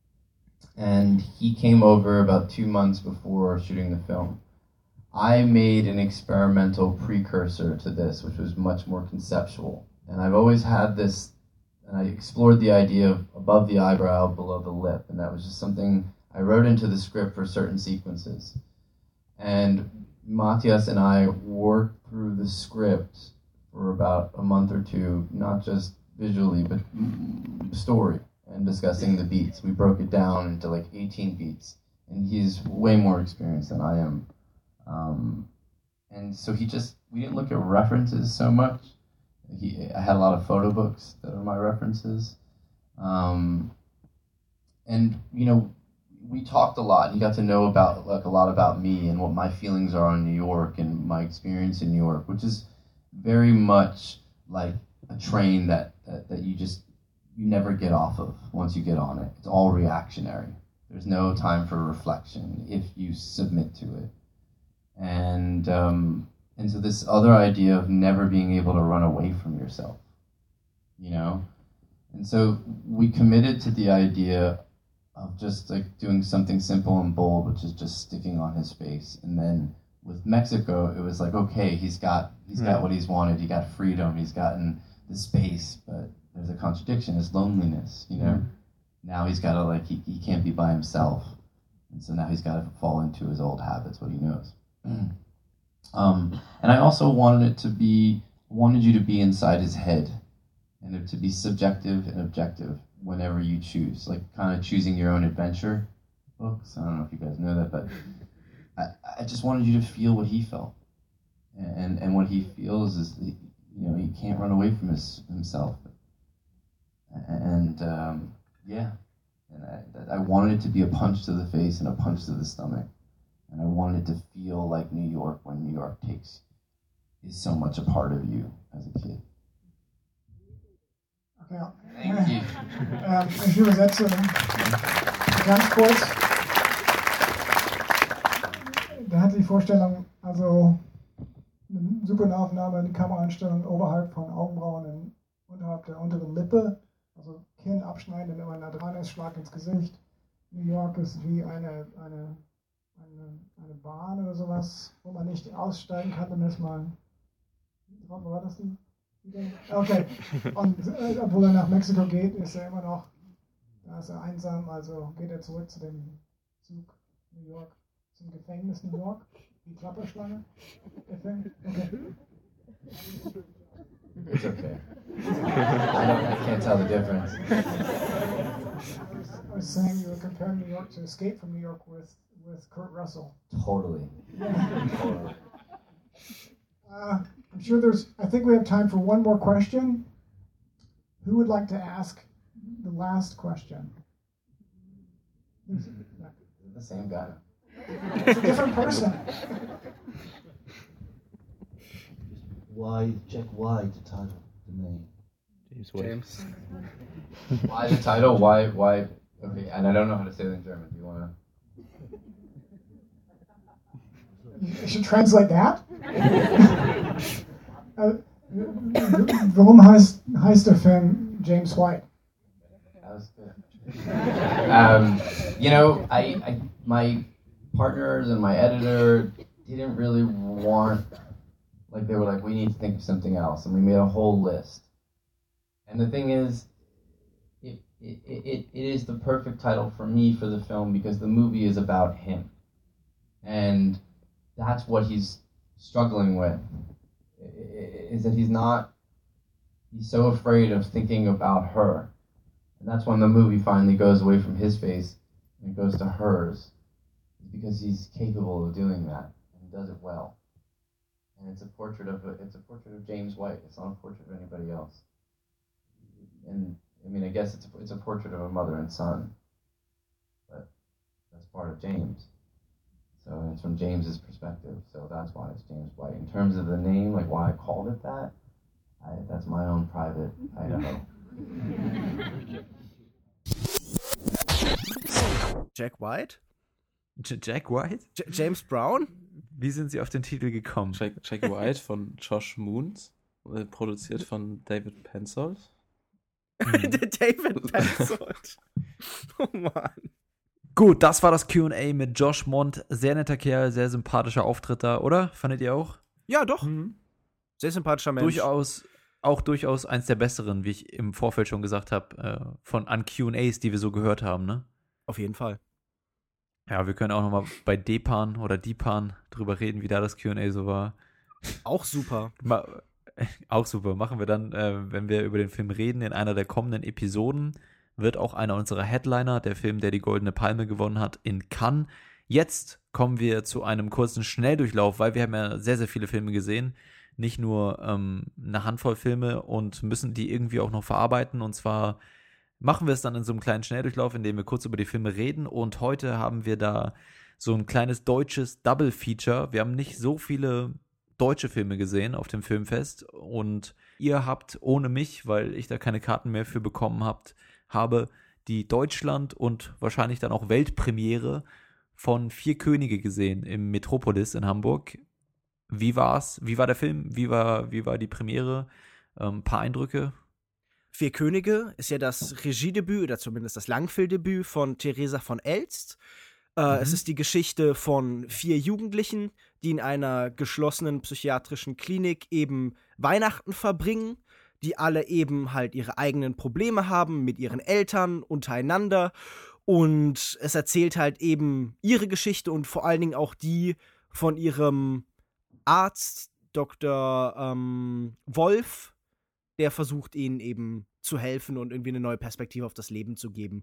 And he came over about two months before shooting the film. I made an experimental precursor to this, which was much more conceptual. And I've always had this, and I explored the idea of above the eyebrow, below the lip, and that was just something I wrote into the script for certain sequences. And Matthias and I worked through the script for about a month or two, not just visually, but story, and discussing the beats. We broke it down into like eighteen beats, and he's way more experienced than I am. Um, and so he just, we didn't look at references so much. He, I had a lot of photo books that are my references. Um, and, you know, we talked a lot. He got to know about, like, a lot about me and what my feelings are on New York and my experience in New York, which is very much like a train that, that, that you just, you never get off of once you get on it. It's all reactionary. There's no time for reflection if you submit to it. And um, and so this other idea of never being able to run away from yourself, you know? And so we committed to the idea of just like doing something simple and bold, which is just sticking on his face. And then with Mexico, it was like, okay, he's got he's got what he's wanted. He got freedom. He's gotten the space, but there's a contradiction, his loneliness, you know? Mm. Now he's got to like, he, he can't be by himself. And so now he's got to fall into his old habits, what he knows. Um, and I also wanted it to be, wanted you to be inside his head and it to be subjective and objective whenever you choose, like kind of choosing your own adventure books. I don't know if you guys know that, but I, I just wanted you to feel what he felt. And, and what he feels is, you know, he can't run away from his, himself. And, um, yeah, and I, I wanted it to be a punch to the face and a punch to the stomach. And I wanted to feel like New York when New York takes is so much a part of you as a kid. Okay. Thank you. Ähm, ich übersetze ganz kurz. Der hat die Vorstellung, also eine super Nahaufnahme, die Kameraeinstellung oberhalb von Augenbrauen und unterhalb der unteren Lippe, also Kinn abschneiden, wenn immer nah dran ist, Schlag ins Gesicht. New York ist wie eine, eine Eine, eine Bahn oder sowas, wo man nicht aussteigen kann, dann ist man. Wo war das denn? Okay. Und äh, obwohl er nach Mexiko geht, ist er immer noch, da ist er einsam, also geht er zurück zu dem Zug New York, zum Gefängnis New York, die Klapperschlange. Okay. It's okay. I don't. I can't tell the difference. I was saying you were comparing New York to Escape from New York with. with Kurt Russell. Totally. Totally. Uh, I'm sure there's, I think we have time for one more question. Who would like to ask the last question? The same guy. It's a different person. Why, check why the title, the name. James. James. Why the title? Why, why, okay, and I don't know how to say it in German. Do you want to? You should translate that. uh, warum heißt, heißt der Film James White? That was good. um, you know, I, I, my partners and my editor didn't really want, like they were like, we need to think of something else, and we made a whole list. And the thing is, it, it, it, it is the perfect title for me for the film because the movie is about him. And that's what he's struggling with, is that he's not, he's so afraid of thinking about her. And that's when the movie finally goes away from his face and goes to hers, because he's capable of doing that and does it well. and it's a portrait of a, it's a portrait of James White. It's not a portrait of anybody else. And I mean, I guess it's a, it's a portrait of a mother and son, but that's part of James. So it's from James's perspective. So that's why it's James White. In terms of the name, like why I called it that, I, that's my own private Idaho. Jack White? J- Jack White? J- James Brown? Wie sind Sie auf den Titel gekommen? Jack, Jack White von Josh Moons, äh, produziert von David Penzold. Der David Penzold. Oh Mann. Gut, das war das Q und A mit Josh Mond. Sehr netter Kerl, sehr sympathischer Auftritt da, oder? Fandet ihr auch? Ja, doch. Mhm. Sehr sympathischer Mensch. Durchaus, auch durchaus eins der besseren, wie ich im Vorfeld schon gesagt habe, äh, von an Q und As, die wir so gehört haben, ne? Auf jeden Fall. Ja, wir können auch nochmal bei Depan oder Depan drüber reden, wie da das Q und A so war. Auch super. Ma- auch super. Machen wir dann, äh, wenn wir über den Film reden, in einer der kommenden Episoden. Wird auch einer unserer Headliner, der Film, der die Goldene Palme gewonnen hat, in Cannes. Jetzt kommen wir zu einem kurzen Schnelldurchlauf, weil wir haben ja sehr, sehr viele Filme gesehen. Nicht nur ähm, eine Handvoll Filme und müssen die irgendwie auch noch verarbeiten. Und zwar machen wir es dann in so einem kleinen Schnelldurchlauf, in dem wir kurz über die Filme reden. Und heute haben wir da so ein kleines deutsches Double-Feature. Wir haben nicht so viele deutsche Filme gesehen auf dem Filmfest. Und ihr habt ohne mich, weil ich da keine Karten mehr für bekommen habt, habe die Deutschland- und wahrscheinlich dann auch Weltpremiere von Vier Könige gesehen im Metropolis in Hamburg. Wie war's? Wie war der Film? Wie war, wie war die Premiere? Ein ähm, paar Eindrücke? Vier Könige ist ja das Regiedebüt oder zumindest das Langfilmdebüt von Theresa von Elst. Äh, mhm. Es ist die Geschichte von vier Jugendlichen, die in einer geschlossenen psychiatrischen Klinik eben Weihnachten verbringen, die alle eben halt ihre eigenen Probleme haben mit ihren Eltern untereinander. Und es erzählt halt eben ihre Geschichte und vor allen Dingen auch die von ihrem Arzt, Doktor Ähm, Wolf, der versucht ihnen eben zu helfen und irgendwie eine neue Perspektive auf das Leben zu geben.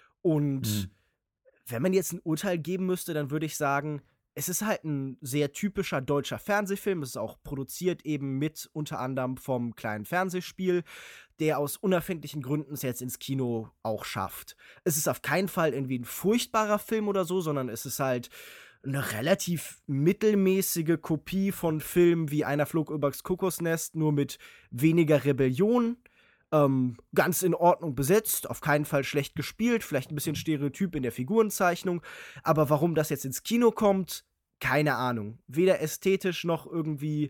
Und mhm. wenn man jetzt ein Urteil geben müsste, dann würde ich sagen, es ist halt ein sehr typischer deutscher Fernsehfilm. Es ist auch produziert eben mit unter anderem vom kleinen Fernsehspiel, der aus unerfindlichen Gründen es jetzt ins Kino auch schafft. Es ist auf keinen Fall irgendwie ein furchtbarer Film oder so, sondern es ist halt eine relativ mittelmäßige Kopie von Filmen wie Einer flog übers Kokosnest, nur mit weniger Rebellion. Ähm, ganz in Ordnung besetzt, auf keinen Fall schlecht gespielt, vielleicht ein bisschen Stereotyp in der Figurenzeichnung, aber warum das jetzt ins Kino kommt, keine Ahnung. Weder ästhetisch noch irgendwie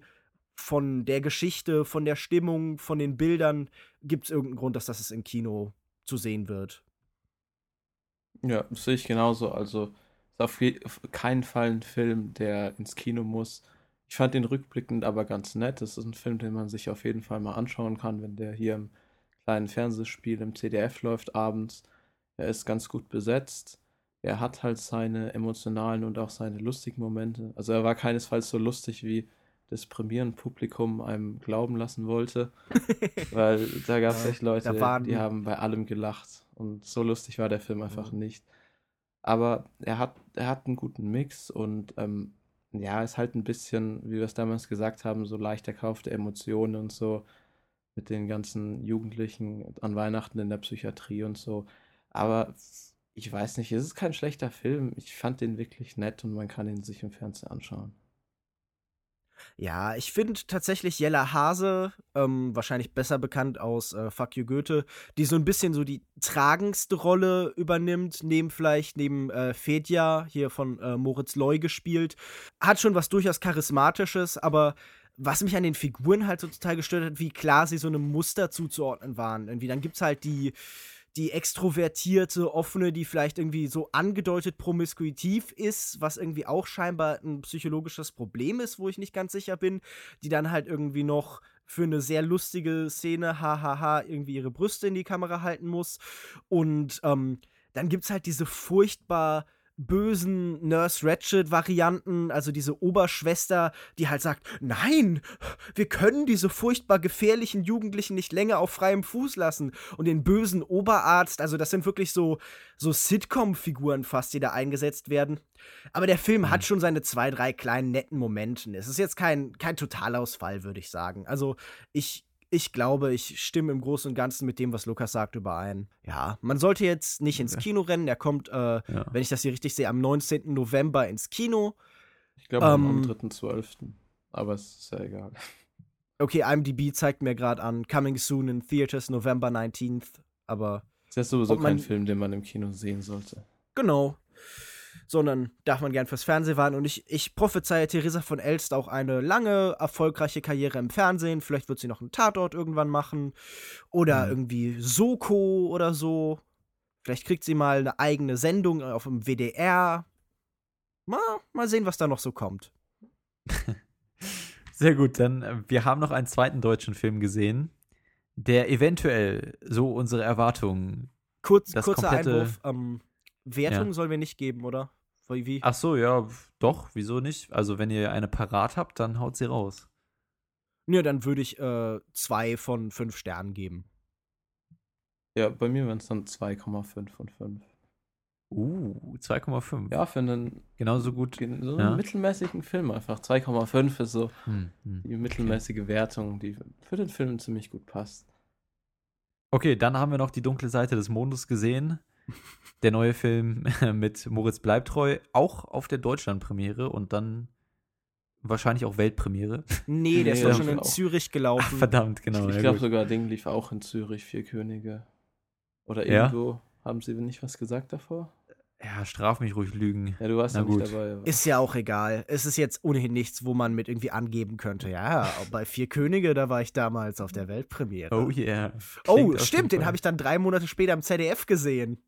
von der Geschichte, von der Stimmung, von den Bildern gibt es irgendeinen Grund, dass das es im Kino zu sehen wird. Ja, das sehe ich genauso. Also ist auf, je- auf keinen Fall ein Film, der ins Kino muss. Ich fand den rückblickend aber ganz nett. Das ist ein Film, den man sich auf jeden Fall mal anschauen kann, wenn der hier im kleinen Fernsehspiel im C D F läuft abends. Er ist ganz gut besetzt. Er hat halt seine emotionalen und auch seine lustigen Momente. Also er war keinesfalls so lustig, wie das Premierenpublikum einem glauben lassen wollte. Weil da gab es Ja, echt Leute, da waren- die haben bei allem gelacht. Und so lustig war der Film einfach nicht. Aber er hat, er hat einen guten Mix und ähm, ja, ist halt ein bisschen, wie wir es damals gesagt haben, so leicht erkaufte Emotionen und so mit den ganzen Jugendlichen an Weihnachten in der Psychiatrie und so. Aber ich weiß nicht, es ist kein schlechter Film. Ich fand den wirklich nett und man kann ihn sich im Fernsehen anschauen. Ja, ich finde tatsächlich Jella Hase, ähm, wahrscheinlich besser bekannt aus äh, Fuck You Goethe, die so ein bisschen so die tragendste Rolle übernimmt, neben vielleicht neben äh, Fedja, hier von äh, Moritz Loy gespielt. Hat schon was durchaus Charismatisches, aber was mich an den Figuren halt so total gestört hat, wie klar sie so einem Muster zuzuordnen waren. Irgendwie, dann gibt's halt die die extrovertierte, offene, die vielleicht irgendwie so angedeutet promiskuitiv ist, was irgendwie auch scheinbar ein psychologisches Problem ist, wo ich nicht ganz sicher bin, die dann halt irgendwie noch für eine sehr lustige Szene, hahaha, irgendwie ihre Brüste in die Kamera halten muss. Und ähm, dann gibt's halt diese furchtbar bösen Nurse Ratched-Varianten, also diese Oberschwester, die halt sagt, nein, wir können diese furchtbar gefährlichen Jugendlichen nicht länger auf freiem Fuß lassen. Und den bösen Oberarzt, also das sind wirklich so, so Sitcom-Figuren fast, die da eingesetzt werden. Aber der Film mhm. hat schon seine zwei, drei kleinen netten Momenten. Es ist jetzt kein, kein Totalausfall, würde ich sagen. Also ich Ich glaube, ich stimme im Großen und Ganzen mit dem, was Lukas sagt, überein. Ja, man sollte jetzt nicht ins Kino rennen. Der kommt, äh, ja. wenn ich das hier richtig sehe, am neunzehnten November ins Kino. Ich glaube, ähm, am dritten zwölften Aber es ist ja egal. Okay, I M D B zeigt mir gerade an, Coming Soon in Theaters, November nineteenth. Aber das ist sowieso kein Film, den man im Kino sehen sollte. Genau. Sondern darf man gern fürs Fernsehen warten. Und ich, ich prophezeie Theresa von Elst auch eine lange, erfolgreiche Karriere im Fernsehen. Vielleicht wird sie noch einen Tatort irgendwann machen. Oder mhm. irgendwie Soko oder so. Vielleicht kriegt sie mal eine eigene Sendung auf dem W D R. Mal, mal sehen, was da noch so kommt. Sehr gut, dann äh, wir haben noch einen zweiten deutschen Film gesehen, der eventuell so unsere Erwartungen Kurz, das kurzer komplette, Einwurf, ähm, Wertung ja. sollen wir nicht geben, oder? Wie? Ach so, ja, doch, wieso nicht? Also wenn ihr eine parat habt, dann haut sie raus. Ja, dann würde ich äh, zwei von fünf Sternen geben. Ja, bei mir wären es dann zwei Komma fünf von fünf. Uh, zwei Komma fünf. Ja, für einen genauso gut. So einen ja. mittelmäßigen Film einfach. zwei Komma fünf ist so hm, hm, die mittelmäßige okay. Wertung, die für den Film ziemlich gut passt. Okay, dann haben wir noch Die dunkle Seite des Mondes gesehen. Der neue Film mit Moritz Bleibtreu, auch auf der Deutschlandpremiere und dann wahrscheinlich auch Weltpremiere. Nee, der nee, ist doch schon in auch. Zürich gelaufen. Ach, verdammt, genau. Ich ja, glaube sogar, Ding lief auch in Zürich, Vier Könige. Oder irgendwo. Ja? Haben Sie nicht was gesagt davor? Ja, straf mich ruhig Lügen. Ja, du warst ja nicht dabei. Aber. Ist ja auch egal. Es ist jetzt ohnehin nichts, wo man mit irgendwie angeben könnte. Ja, bei Vier Könige, da war ich damals auf der Weltpremiere. Oh yeah. Klingt oh, stimmt, den habe ich dann drei Monate später im Z D F gesehen.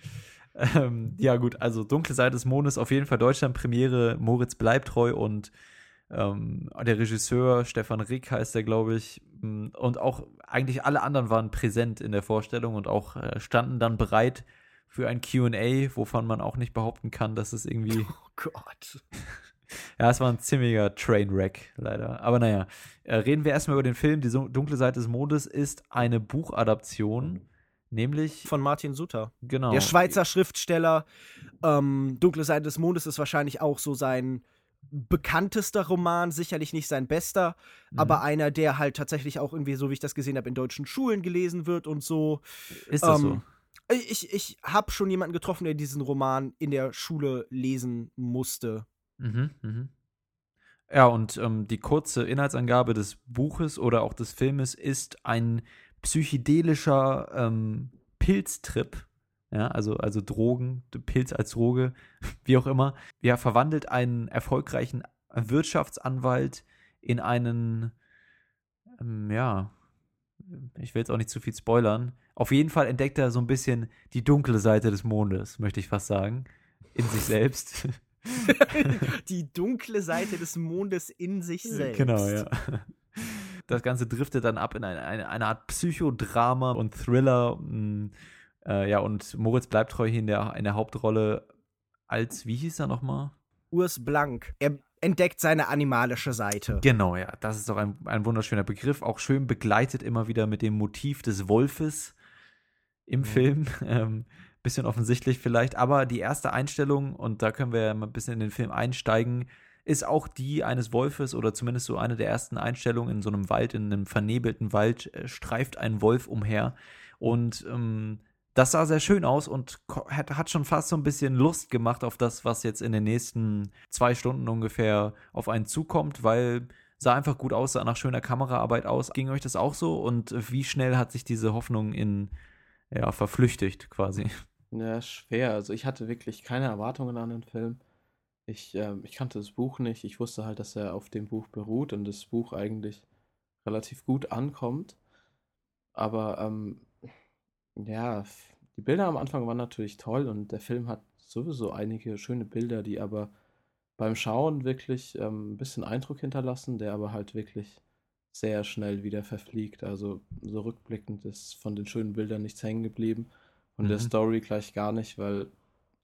Ähm, ja gut, also Dunkle Seite des Mondes, auf jeden Fall Deutschland-Premiere, Moritz Bleibtreu und ähm, der Regisseur, Stefan Rick heißt der, glaube ich, und auch eigentlich alle anderen waren präsent in der Vorstellung und auch äh, standen dann bereit für ein Q und A, wovon man auch nicht behaupten kann, dass es irgendwie... Oh Gott. Ja, es war ein ziemlicher Trainwreck, leider. Aber naja, äh, reden wir erstmal über den Film. Die Dunkle Seite des Mondes ist eine Buchadaption, nämlich... Von Martin Suter. Genau. Der Schweizer Schriftsteller. Ähm, Dunkle Seite des Mondes ist wahrscheinlich auch so sein bekanntester Roman, sicherlich nicht sein bester, mhm. aber einer, der halt tatsächlich auch irgendwie, so wie ich das gesehen habe, in deutschen Schulen gelesen wird und so. Ist das ähm, so? Ich, ich habe schon jemanden getroffen, der diesen Roman in der Schule lesen musste. Mhm, mhm. Ja, und ähm, die kurze Inhaltsangabe des Buches oder auch des Filmes ist ein psychedelischer ähm, Pilztrip, ja, also, also Drogen, Pilz als Droge, wie auch immer, ja, verwandelt einen erfolgreichen Wirtschaftsanwalt in einen, ähm, ja, ich will jetzt auch nicht zu viel spoilern, auf jeden Fall entdeckt er so ein bisschen die dunkle Seite des Mondes, möchte ich fast sagen, in sich selbst. Die dunkle Seite des Mondes in sich selbst. Genau, ja. Das Ganze driftet dann ab in eine, eine, eine Art Psychodrama und Thriller. Äh, ja, und Moritz Bleibtreu hier in der, in der Hauptrolle als, wie hieß er nochmal? Urs Blank. Er entdeckt seine animalische Seite. Genau, ja. Das ist doch ein, ein wunderschöner Begriff. Auch schön begleitet immer wieder mit dem Motiv des Wolfes im mhm. Film. Ähm, bisschen offensichtlich vielleicht. Aber die erste Einstellung, und da können wir ja mal ein bisschen in den Film einsteigen, ist auch die eines Wolfes oder zumindest so eine der ersten Einstellungen in so einem Wald, in einem vernebelten Wald, äh, streift ein Wolf umher. Und ähm, das sah sehr schön aus und hat, hat schon fast so ein bisschen Lust gemacht auf das, was jetzt in den nächsten zwei Stunden ungefähr auf einen zukommt, weil sah einfach gut aus, sah nach schöner Kameraarbeit aus. Ging euch das auch so? Und wie schnell hat sich diese Hoffnung in, ja, verflüchtigt quasi? Ja, schwer. Also ich hatte wirklich keine Erwartungen an den Film. Ich, äh, ich kannte das Buch nicht. Ich wusste halt, dass er auf dem Buch beruht und das Buch eigentlich relativ gut ankommt. Aber ähm, ja, die Bilder am Anfang waren natürlich toll und der Film hat sowieso einige schöne Bilder, die aber beim Schauen wirklich ähm, ein bisschen Eindruck hinterlassen, der aber halt wirklich sehr schnell wieder verfliegt. Also so rückblickend ist von den schönen Bildern nichts hängen geblieben und mhm. der Story gleich gar nicht, weil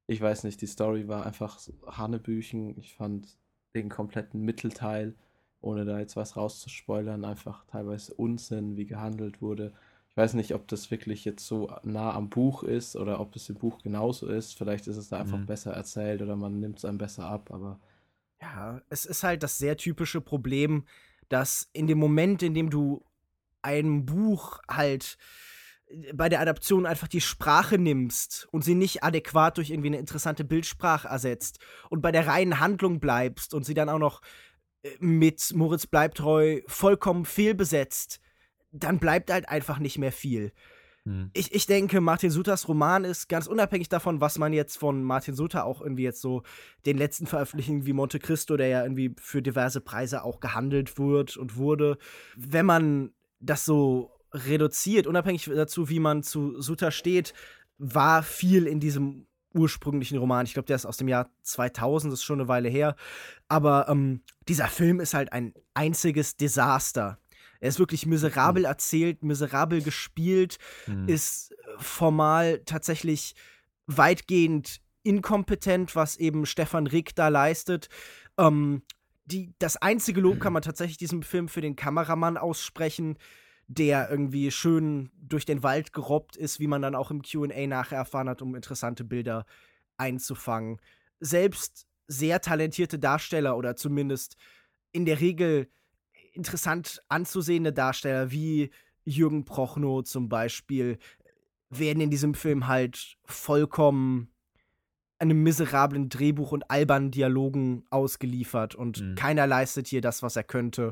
ich weiß nicht, die Story war einfach so Hanebüchen. Ich fand den kompletten Mittelteil, ohne da jetzt was rauszuspoilern, einfach teilweise Unsinn, wie gehandelt wurde. Ich weiß nicht, ob das wirklich jetzt so nah am Buch ist oder ob es im Buch genauso ist. Vielleicht ist es da einfach Mhm. besser erzählt oder man nimmt es einem besser ab, aber Ja, es ist halt das sehr typische Problem, dass in dem Moment, in dem du ein Buch halt äh, bei der Adaption einfach die Sprache nimmst und sie nicht adäquat durch irgendwie eine interessante Bildsprache ersetzt und bei der reinen Handlung bleibst und sie dann auch noch äh, mit Moritz bleibt treu vollkommen fehlbesetzt, dann bleibt halt einfach nicht mehr viel. Hm. Ich, ich denke, Martin Suthers Roman ist ganz unabhängig davon, was man jetzt von Martin Suter auch irgendwie jetzt so den letzten Veröffentlichungen wie Monte Cristo, der ja irgendwie für diverse Preise auch gehandelt wird und wurde. Wenn man das so reduziert, unabhängig dazu, wie man zu Suter steht, war viel in diesem ursprünglichen Roman. Ich glaube, der ist aus dem Jahr zweitausend, das ist schon eine Weile her. Aber ähm, dieser Film ist halt ein einziges Desaster. Er ist wirklich miserabel erzählt, miserabel gespielt, Mhm. ist formal tatsächlich weitgehend inkompetent, was eben Stefan Rick da leistet. Ähm, die, das einzige Lob kann man tatsächlich diesem Film für den Kameramann aussprechen, der irgendwie schön durch den Wald gerobbt ist, wie man dann auch im Q und A nachher erfahren hat, um interessante Bilder einzufangen. Selbst sehr talentierte Darsteller oder zumindest in der Regel interessant anzusehende Darsteller wie Jürgen Prochnow zum Beispiel werden in diesem Film halt vollkommen einem miserablen Drehbuch und albernen Dialogen ausgeliefert und Mhm. keiner leistet hier das, was er könnte.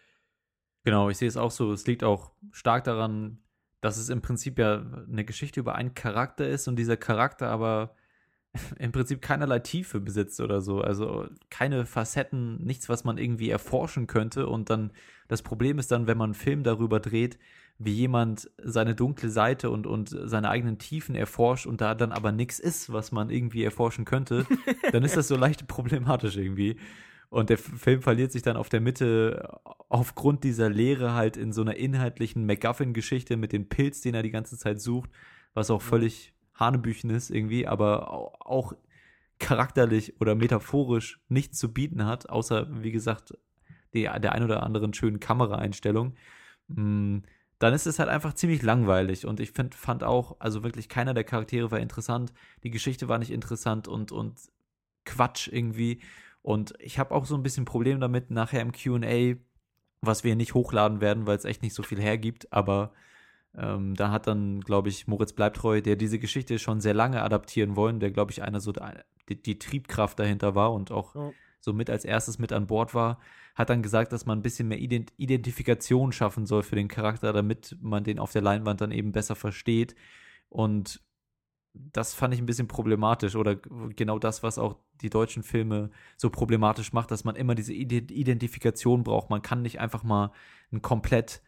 Genau, ich sehe es auch so. Es liegt auch stark daran, dass es im Prinzip ja eine Geschichte über einen Charakter ist und dieser Charakter aber im Prinzip keinerlei Tiefe besitzt oder so. Also keine Facetten, nichts, was man irgendwie erforschen könnte. Und dann das Problem ist dann, wenn man einen Film darüber dreht, wie jemand seine dunkle Seite und, und seine eigenen Tiefen erforscht und da dann aber nichts ist, was man irgendwie erforschen könnte, dann ist das so leicht problematisch irgendwie. Und der Film verliert sich dann auf der Mitte aufgrund dieser Leere halt in so einer inhaltlichen MacGuffin-Geschichte mit dem Pilz, den er die ganze Zeit sucht, was auch völlig Hanebüchen ist irgendwie, aber auch charakterlich oder metaphorisch nichts zu bieten hat, außer, wie gesagt, die, der ein oder anderen schönen Kameraeinstellung. Mm, dann ist es halt einfach ziemlich langweilig und ich find, fand auch, also wirklich keiner der Charaktere war interessant, die Geschichte war nicht interessant und, und Quatsch irgendwie. Und ich habe auch so ein bisschen Problem damit nachher im Q und A, was wir nicht hochladen werden, weil es echt nicht so viel hergibt, aber ähm, da hat dann, glaube ich, Moritz Bleibtreu, der diese Geschichte schon sehr lange adaptieren wollen, der, glaube ich, einer so da, die, die Triebkraft dahinter war und auch Ja. so mit als erstes mit an Bord war, hat dann gesagt, dass man ein bisschen mehr Ident- Identifikation schaffen soll für den Charakter, damit man den auf der Leinwand dann eben besser versteht. Und das fand ich ein bisschen problematisch oder genau das, was auch die deutschen Filme so problematisch macht, dass man immer diese Ide- Identifikation braucht. Man kann nicht einfach mal einen komplett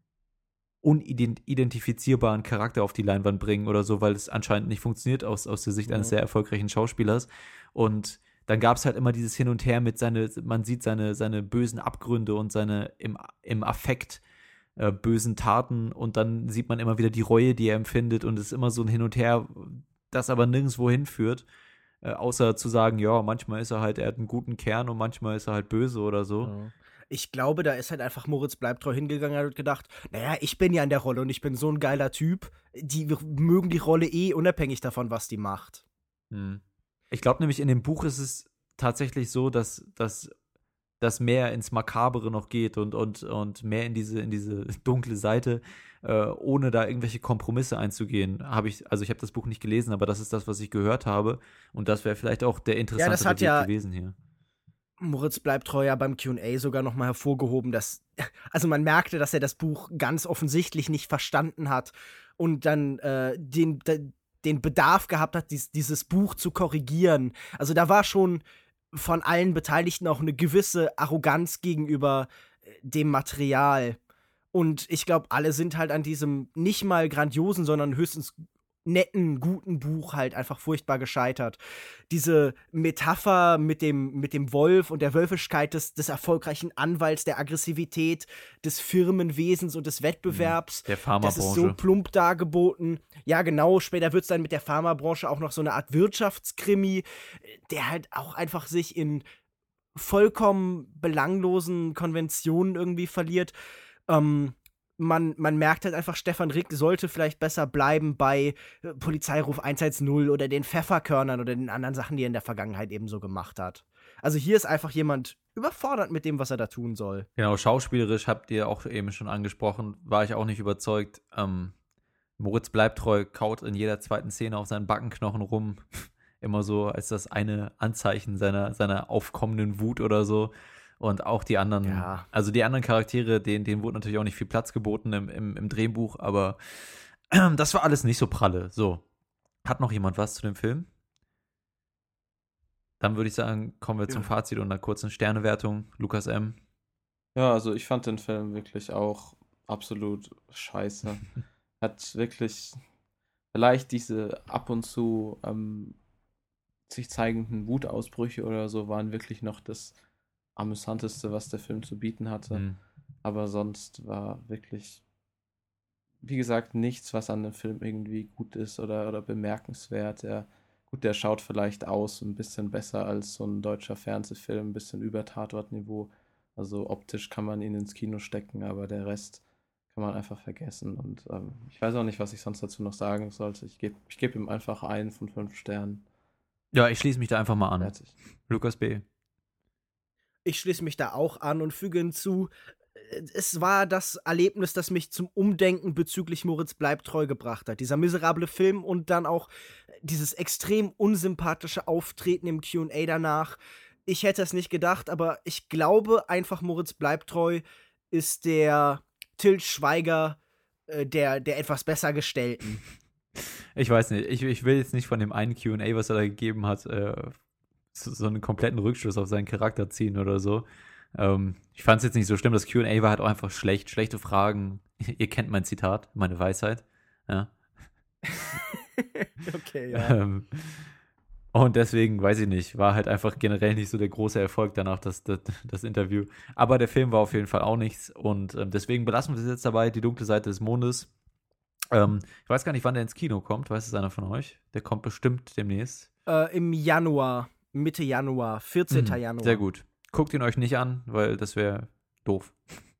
unidentifizierbaren Charakter auf die Leinwand bringen oder so, weil es anscheinend nicht funktioniert aus, aus der Sicht eines Ja. sehr erfolgreichen Schauspielers. Und dann gab es halt immer dieses Hin und Her mit seine, man sieht seine, seine bösen Abgründe und seine im, im Affekt äh, bösen Taten und dann sieht man immer wieder die Reue, die er empfindet und es ist immer so ein Hin und Her, das aber nirgendwo hinführt, äh, außer zu sagen, ja, manchmal ist er halt, er hat einen guten Kern und manchmal ist er halt böse oder so. Ja. Ich glaube, da ist halt einfach Moritz Bleibtreu hingegangen und hat gedacht, naja, ich bin ja in der Rolle und ich bin so ein geiler Typ. Die mögen die Rolle eh unabhängig davon, was die macht. Hm. Ich glaube nämlich, in dem Buch ist es tatsächlich so, dass, dass das mehr ins Makabere noch geht und, und, und mehr in diese, in diese dunkle Seite, äh, ohne da irgendwelche Kompromisse einzugehen. Habe ich, also ich habe das Buch nicht gelesen, aber das ist das, was ich gehört habe. Und das wäre vielleicht auch der interessantere das hat Weg ja gewesen hier. Moritz Bleibtreu ja beim Q und A sogar noch mal hervorgehoben, dass, also man merkte, dass er das Buch ganz offensichtlich nicht verstanden hat und dann äh, den, den Bedarf gehabt hat, dies, dieses Buch zu korrigieren. Also da war schon von allen Beteiligten auch eine gewisse Arroganz gegenüber dem Material. Und ich glaube, alle sind halt an diesem nicht mal grandiosen, sondern höchstens netten, guten Buch halt einfach furchtbar gescheitert. Diese Metapher mit dem, mit dem Wolf und der Wölfischkeit des, des erfolgreichen Anwalts, der Aggressivität, des Firmenwesens und des Wettbewerbs. Der Pharmabranche. Das ist so plump dargeboten. Ja, genau. Später wird es dann mit der Pharmabranche auch noch so eine Art Wirtschaftskrimi, der halt auch einfach sich in vollkommen belanglosen Konventionen irgendwie verliert. Ähm, Man, man merkt halt einfach, Stefan Rick sollte vielleicht besser bleiben bei äh, Polizeiruf eins eins null oder den Pfefferkörnern oder den anderen Sachen, die er in der Vergangenheit eben so gemacht hat. Also hier ist einfach jemand überfordert mit dem, was er da tun soll. Genau, schauspielerisch habt ihr auch eben schon angesprochen, war ich auch nicht überzeugt. Ähm, Moritz Bleibtreu kaut in jeder zweiten Szene auf seinen Backenknochen rum. Immer so als das eine Anzeichen seiner, seiner aufkommenden Wut oder so. Und auch die anderen, ja. also die anderen Charaktere, denen, denen wurde natürlich auch nicht viel Platz geboten im, im, im Drehbuch, aber äh, das war alles nicht so pralle. So, hat noch jemand was zu dem Film? Dann würde ich sagen, kommen wir zum Ja. Fazit und einer kurzen Sternewertung. Lukas M. Ja, also ich fand den Film wirklich auch absolut scheiße. Hat wirklich vielleicht diese ab und zu ähm, sich zeigenden Wutausbrüche oder so waren wirklich noch das amüsanteste, was der Film zu bieten hatte. Mhm. Aber sonst war wirklich, wie gesagt, nichts, was an dem Film irgendwie gut ist oder, oder bemerkenswert. Der, gut, der schaut vielleicht aus ein bisschen besser als so ein deutscher Fernsehfilm, ein bisschen über Tatortniveau. Also optisch kann man ihn ins Kino stecken, aber der Rest kann man einfach vergessen. Und ähm, ich weiß auch nicht, was ich sonst dazu noch sagen sollte. Ich gebe ich geb ihm einfach einen von fünf Sternen. Ja, ich schließe mich da einfach mal an. Fertig. Lukas B. Ich schließe mich da auch an und füge hinzu, es war das Erlebnis, das mich zum Umdenken bezüglich Moritz Bleibtreu gebracht hat. Dieser miserable Film und dann auch dieses extrem unsympathische Auftreten im Q und A danach. Ich hätte es nicht gedacht, aber ich glaube einfach, Moritz Bleibtreu ist der Til Schweiger äh, der, der etwas besser Gestellten. Ich weiß nicht, ich, ich will jetzt nicht von dem einen Q und A, was er da gegeben hat, äh, so, so einen kompletten Rückschluss auf seinen Charakter ziehen oder so. Ähm, ich fand es jetzt nicht so schlimm, das Q und A war halt auch einfach schlecht, schlechte Fragen. Ihr kennt mein Zitat, meine Weisheit. Ja. Okay, ja. Ähm, und deswegen, weiß ich nicht, war halt einfach generell nicht so der große Erfolg danach, das, das, das Interview. Aber der Film war auf jeden Fall auch nichts und ähm, deswegen belassen wir es jetzt dabei, die dunkle Seite des Mondes. Ähm, ich weiß gar nicht, wann der ins Kino kommt, weiß es einer von euch? Der kommt bestimmt demnächst. Äh, Im Januar, Mitte Januar, vierzehnten Mhm, Januar. sehr gut. Guckt ihn euch nicht an, weil das wäre doof.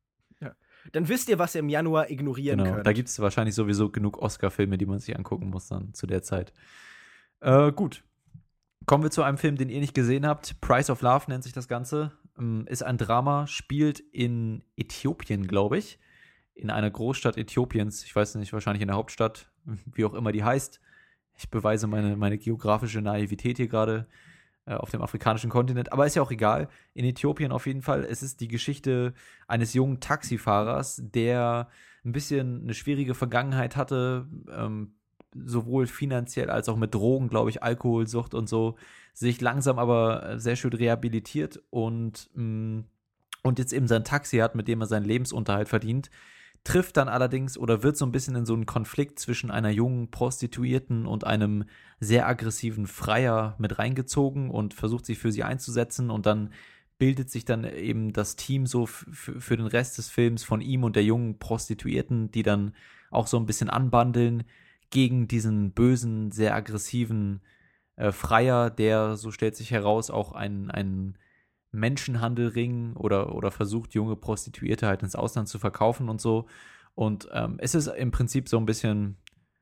Dann wisst ihr, was ihr im Januar ignorieren Genau, könnt. da gibt es wahrscheinlich sowieso genug Oscar-Filme, die man sich angucken muss dann zu der Zeit. Äh, gut. Kommen wir zu einem Film, den ihr nicht gesehen habt. Price of Love nennt sich das Ganze. Ähm, ist ein Drama, spielt in Äthiopien, glaube ich. In einer Großstadt Äthiopiens. Ich weiß nicht, wahrscheinlich in der Hauptstadt, wie auch immer die heißt. Ich beweise meine, meine geografische Naivität hier gerade äh, auf dem afrikanischen Kontinent. Aber ist ja auch egal. In Äthiopien auf jeden Fall. Es ist die Geschichte eines jungen Taxifahrers, der ein bisschen eine schwierige Vergangenheit hatte, ähm, sowohl finanziell als auch mit Drogen, glaube ich, Alkoholsucht und so, sich langsam aber sehr schön rehabilitiert und, mh, und jetzt eben sein Taxi hat, mit dem er seinen Lebensunterhalt verdient, trifft dann allerdings oder wird so ein bisschen in so einen Konflikt zwischen einer jungen Prostituierten und einem sehr aggressiven Freier mit reingezogen und versucht sich für sie einzusetzen und dann bildet sich dann eben das Team so f- f- für den Rest des Films von ihm und der jungen Prostituierten, die dann auch so ein bisschen anbandeln gegen diesen bösen, sehr aggressiven äh, Freier, der, so stellt sich heraus, auch einen, einen Menschenhandelring oder, oder versucht, junge Prostituierte halt ins Ausland zu verkaufen und so. Und ähm, es ist im Prinzip so ein bisschen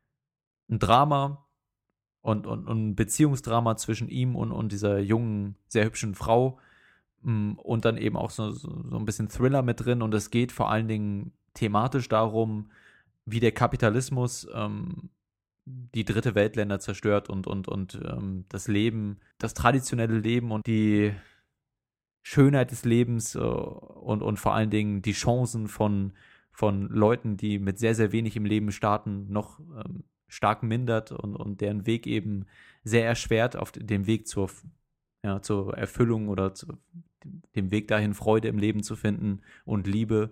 ein Drama und, und, und ein Beziehungsdrama zwischen ihm und, und dieser jungen, sehr hübschen Frau. Und dann eben auch so, so, so ein bisschen Thriller mit drin. Und es geht vor allen Dingen thematisch darum, wie der Kapitalismus ähm, die dritte Weltländer zerstört und, und, und ähm, das Leben, das traditionelle Leben und die Schönheit des Lebens äh, und, und vor allen Dingen die Chancen von, von Leuten, die mit sehr, sehr wenig im Leben starten, noch ähm, stark mindert und, und deren Weg eben sehr erschwert auf dem Weg zur, ja, zur Erfüllung oder zu, dem Weg dahin, Freude im Leben zu finden und Liebe.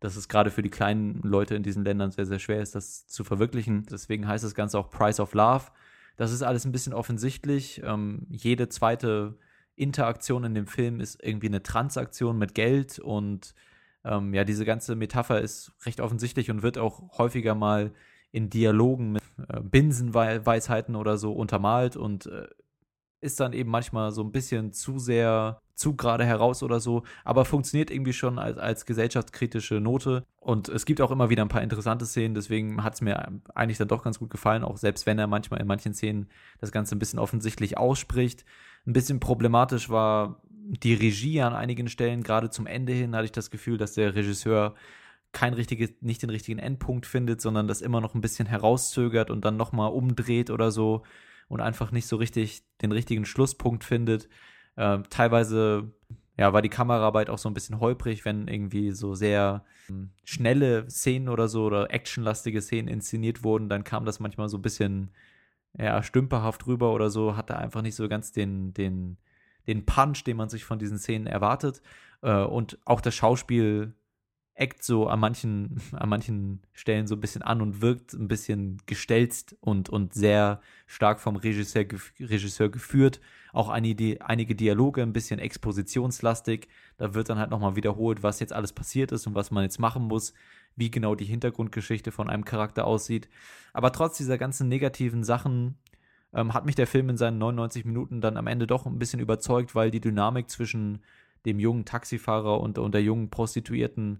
dass es gerade für die kleinen Leute in diesen Ländern sehr, sehr schwer ist, das zu verwirklichen. Deswegen heißt das Ganze auch Price of Love. Das ist alles ein bisschen offensichtlich. Ähm, jede zweite Interaktion in dem Film ist irgendwie eine Transaktion mit Geld und ähm, ja, diese ganze Metapher ist recht offensichtlich und wird auch häufiger mal in Dialogen mit äh, Binsenweisheiten oder so untermalt und äh, ist dann eben manchmal so ein bisschen zu sehr, zu gerade heraus oder so, aber funktioniert irgendwie schon als, als gesellschaftskritische Note. Und es gibt auch immer wieder ein paar interessante Szenen, deswegen hat es mir eigentlich dann doch ganz gut gefallen, auch selbst wenn er manchmal in manchen Szenen das Ganze ein bisschen offensichtlich ausspricht. Ein bisschen problematisch war die Regie an einigen Stellen, gerade zum Ende hin hatte ich das Gefühl, dass der Regisseur kein richtiges, nicht den richtigen Endpunkt findet, sondern das immer noch ein bisschen herauszögert und dann nochmal umdreht oder so und einfach nicht so richtig den richtigen Schlusspunkt findet. Äh, teilweise ja, war die Kameraarbeit auch so ein bisschen holprig, wenn irgendwie so sehr ähm, schnelle Szenen oder so oder actionlastige Szenen inszeniert wurden, dann kam das manchmal so ein bisschen ja, stümperhaft rüber oder so, hatte einfach nicht so ganz den, den, den Punch, den man sich von diesen Szenen erwartet. Äh, und auch das Schauspiel eckt so an manchen, an manchen Stellen so ein bisschen an und wirkt ein bisschen gestelzt und, und sehr stark vom Regisseur, Regisseur geführt. Auch einige, einige Dialoge ein bisschen expositionslastig. Da wird dann halt nochmal wiederholt, was jetzt alles passiert ist und was man jetzt machen muss, wie genau die Hintergrundgeschichte von einem Charakter aussieht. Aber trotz dieser ganzen negativen Sachen ähm, hat mich der Film in seinen neunundneunzig Minuten dann am Ende doch ein bisschen überzeugt, weil die Dynamik zwischen dem jungen Taxifahrer und, und der jungen Prostituierten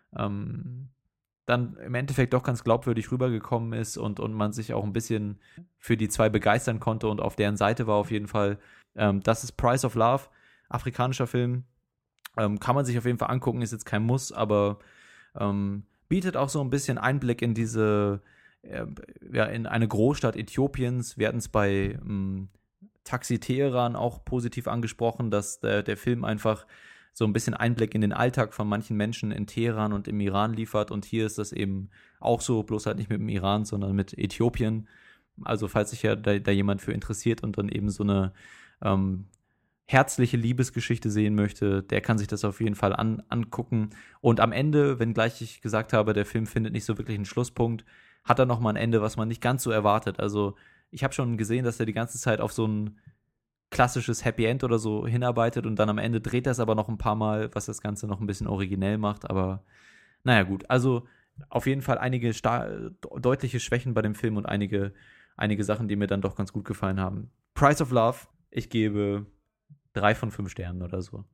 ähm, dann im Endeffekt doch ganz glaubwürdig rübergekommen ist und, und man sich auch ein bisschen für die zwei begeistern konnte und auf deren Seite war auf jeden Fall. Ähm, das ist Price of Love, afrikanischer Film. Ähm, kann man sich auf jeden Fall angucken, ist jetzt kein Muss, aber ähm, bietet auch so ein bisschen Einblick in diese, äh, ja, in eine Großstadt Äthiopiens. Wir hatten es bei ähm, Taxi Teheran auch positiv angesprochen, dass der, der Film einfach so ein bisschen Einblick in den Alltag von manchen Menschen in Teheran und im Iran liefert. Und hier ist das eben auch so, bloß halt nicht mit dem Iran, sondern mit Äthiopien. Also falls sich ja da, da jemand für interessiert und dann eben so eine ähm, herzliche Liebesgeschichte sehen möchte, der kann sich das auf jeden Fall an, angucken. Und am Ende, wenngleich ich gesagt habe, der Film findet nicht so wirklich einen Schlusspunkt, hat er nochmal ein Ende, was man nicht ganz so erwartet. Also ich habe schon gesehen, dass er die ganze Zeit auf so ein klassisches Happy End oder so hinarbeitet und dann am Ende dreht er es aber noch ein paar Mal, was das Ganze noch ein bisschen originell macht, aber naja gut, also auf jeden Fall einige star- deutliche Schwächen bei dem Film und einige, einige Sachen, die mir dann doch ganz gut gefallen haben. Price of Love, ich gebe drei von fünf Sternen oder so.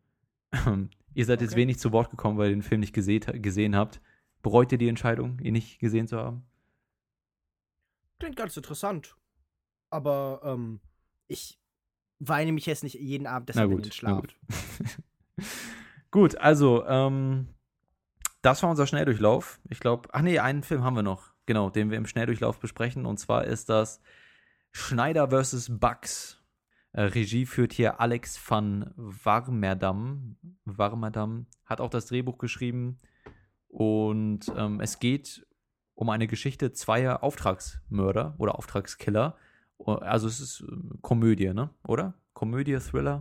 Ihr seid okay. Jetzt wenig zu Wort gekommen, weil ihr den Film nicht gesehen, gesehen habt. Bereut ihr die Entscheidung, ihn nicht gesehen zu haben? Klingt ganz interessant. Aber ähm, ich weine mich jetzt nicht jeden Abend deshalb in den Schlaf. Gut. Gut, also ähm, das war unser Schnelldurchlauf. Ich glaube, ach nee, einen Film haben wir noch, genau, den wir im Schnelldurchlauf besprechen. Und zwar ist das Schneider versus. Bugs. Äh, Regie führt hier Alex van Warmerdam. Warmerdam hat auch das Drehbuch geschrieben. Und ähm, es geht um eine Geschichte zweier Auftragsmörder oder Auftragskiller. Also es ist Komödie, ne? Oder? Komödie, Thriller?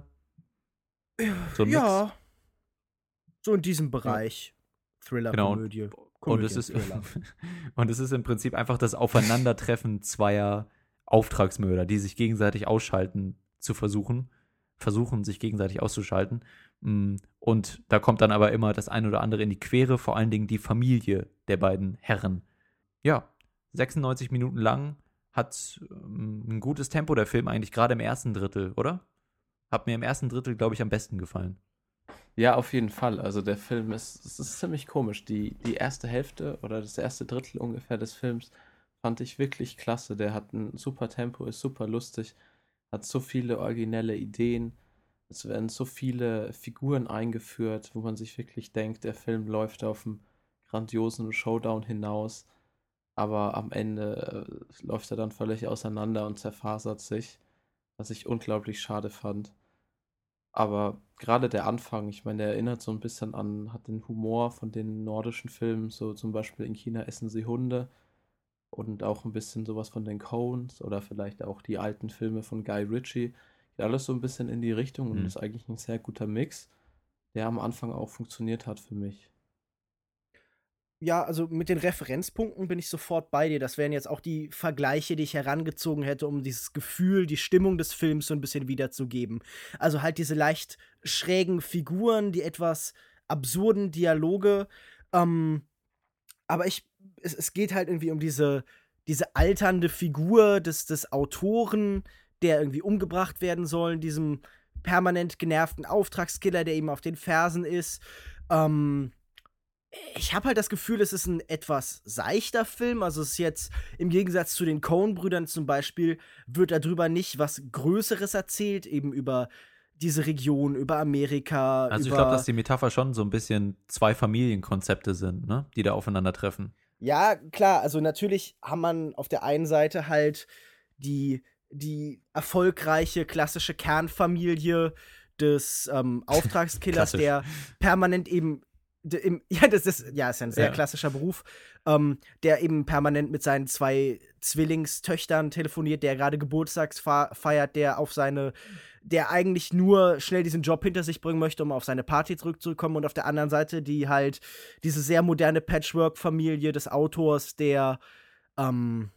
So ein ja. Mix. So in diesem Bereich. Ja. Thriller, genau. Komödie. Komödie. Und es ist und es ist im Prinzip einfach das Aufeinandertreffen zweier Auftragsmörder, die sich gegenseitig ausschalten zu versuchen. Versuchen, sich gegenseitig auszuschalten. Und da kommt dann aber immer das eine oder andere in die Quere, vor allen Dingen die Familie der beiden Herren. Ja, sechsundneunzig Minuten lang. Hat ähm, ein gutes Tempo, der Film eigentlich, gerade im ersten Drittel, oder? Hat mir im ersten Drittel, glaube ich, am besten gefallen. Ja, auf jeden Fall. Also der Film ist, es ist ziemlich komisch. Die, die erste Hälfte oder das erste Drittel ungefähr des Films fand ich wirklich klasse. Der hat ein super Tempo, ist super lustig, hat so viele originelle Ideen. Es werden so viele Figuren eingeführt, wo man sich wirklich denkt, der Film läuft auf einen grandiosen Showdown hinaus. Aber am Ende äh, läuft er dann völlig auseinander und zerfasert sich, was ich unglaublich schade fand. Aber gerade der Anfang, ich meine, der erinnert so ein bisschen an, hat den Humor von den nordischen Filmen, so zum Beispiel in China essen sie Hunde und auch ein bisschen sowas von den Coens oder vielleicht auch die alten Filme von Guy Ritchie. Geht alles so ein bisschen in die Richtung und mhm. ist eigentlich ein sehr guter Mix, der am Anfang auch funktioniert hat für mich. Ja, also mit den Referenzpunkten bin ich sofort bei dir. Das wären jetzt auch die Vergleiche, die ich herangezogen hätte, um dieses Gefühl, die Stimmung des Films so ein bisschen wiederzugeben. Also halt diese leicht schrägen Figuren, die etwas absurden Dialoge. Ähm, aber ich, es, es geht halt irgendwie um diese, diese alternde Figur des, des Autoren, der irgendwie umgebracht werden soll, diesem permanent genervten Auftragskiller, der eben auf den Fersen ist. Ähm, Ich habe halt das Gefühl, es ist ein etwas seichter Film. Also es ist jetzt im Gegensatz zu den Coen-Brüdern zum Beispiel, wird darüber nicht was Größeres erzählt, eben über diese Region, über Amerika. Also ich über glaube, dass die Metapher schon so ein bisschen zwei Familienkonzepte sind, ne? Die da aufeinandertreffen. Ja, klar, also natürlich haben man auf der einen Seite halt die, die erfolgreiche klassische Kernfamilie des ähm, Auftragskillers, Klassisch. der permanent eben d- im, ja, das ist ja ist ja ein sehr Ja. klassischer Beruf, ähm, der eben permanent mit seinen zwei Zwillingstöchtern telefoniert, der gerade Geburtstags fa- feiert, der auf seine, der eigentlich nur schnell diesen Job hinter sich bringen möchte, um auf seine Party zurückzukommen, und auf der anderen Seite die halt diese sehr moderne Patchwork-Familie des Autors, der ähm,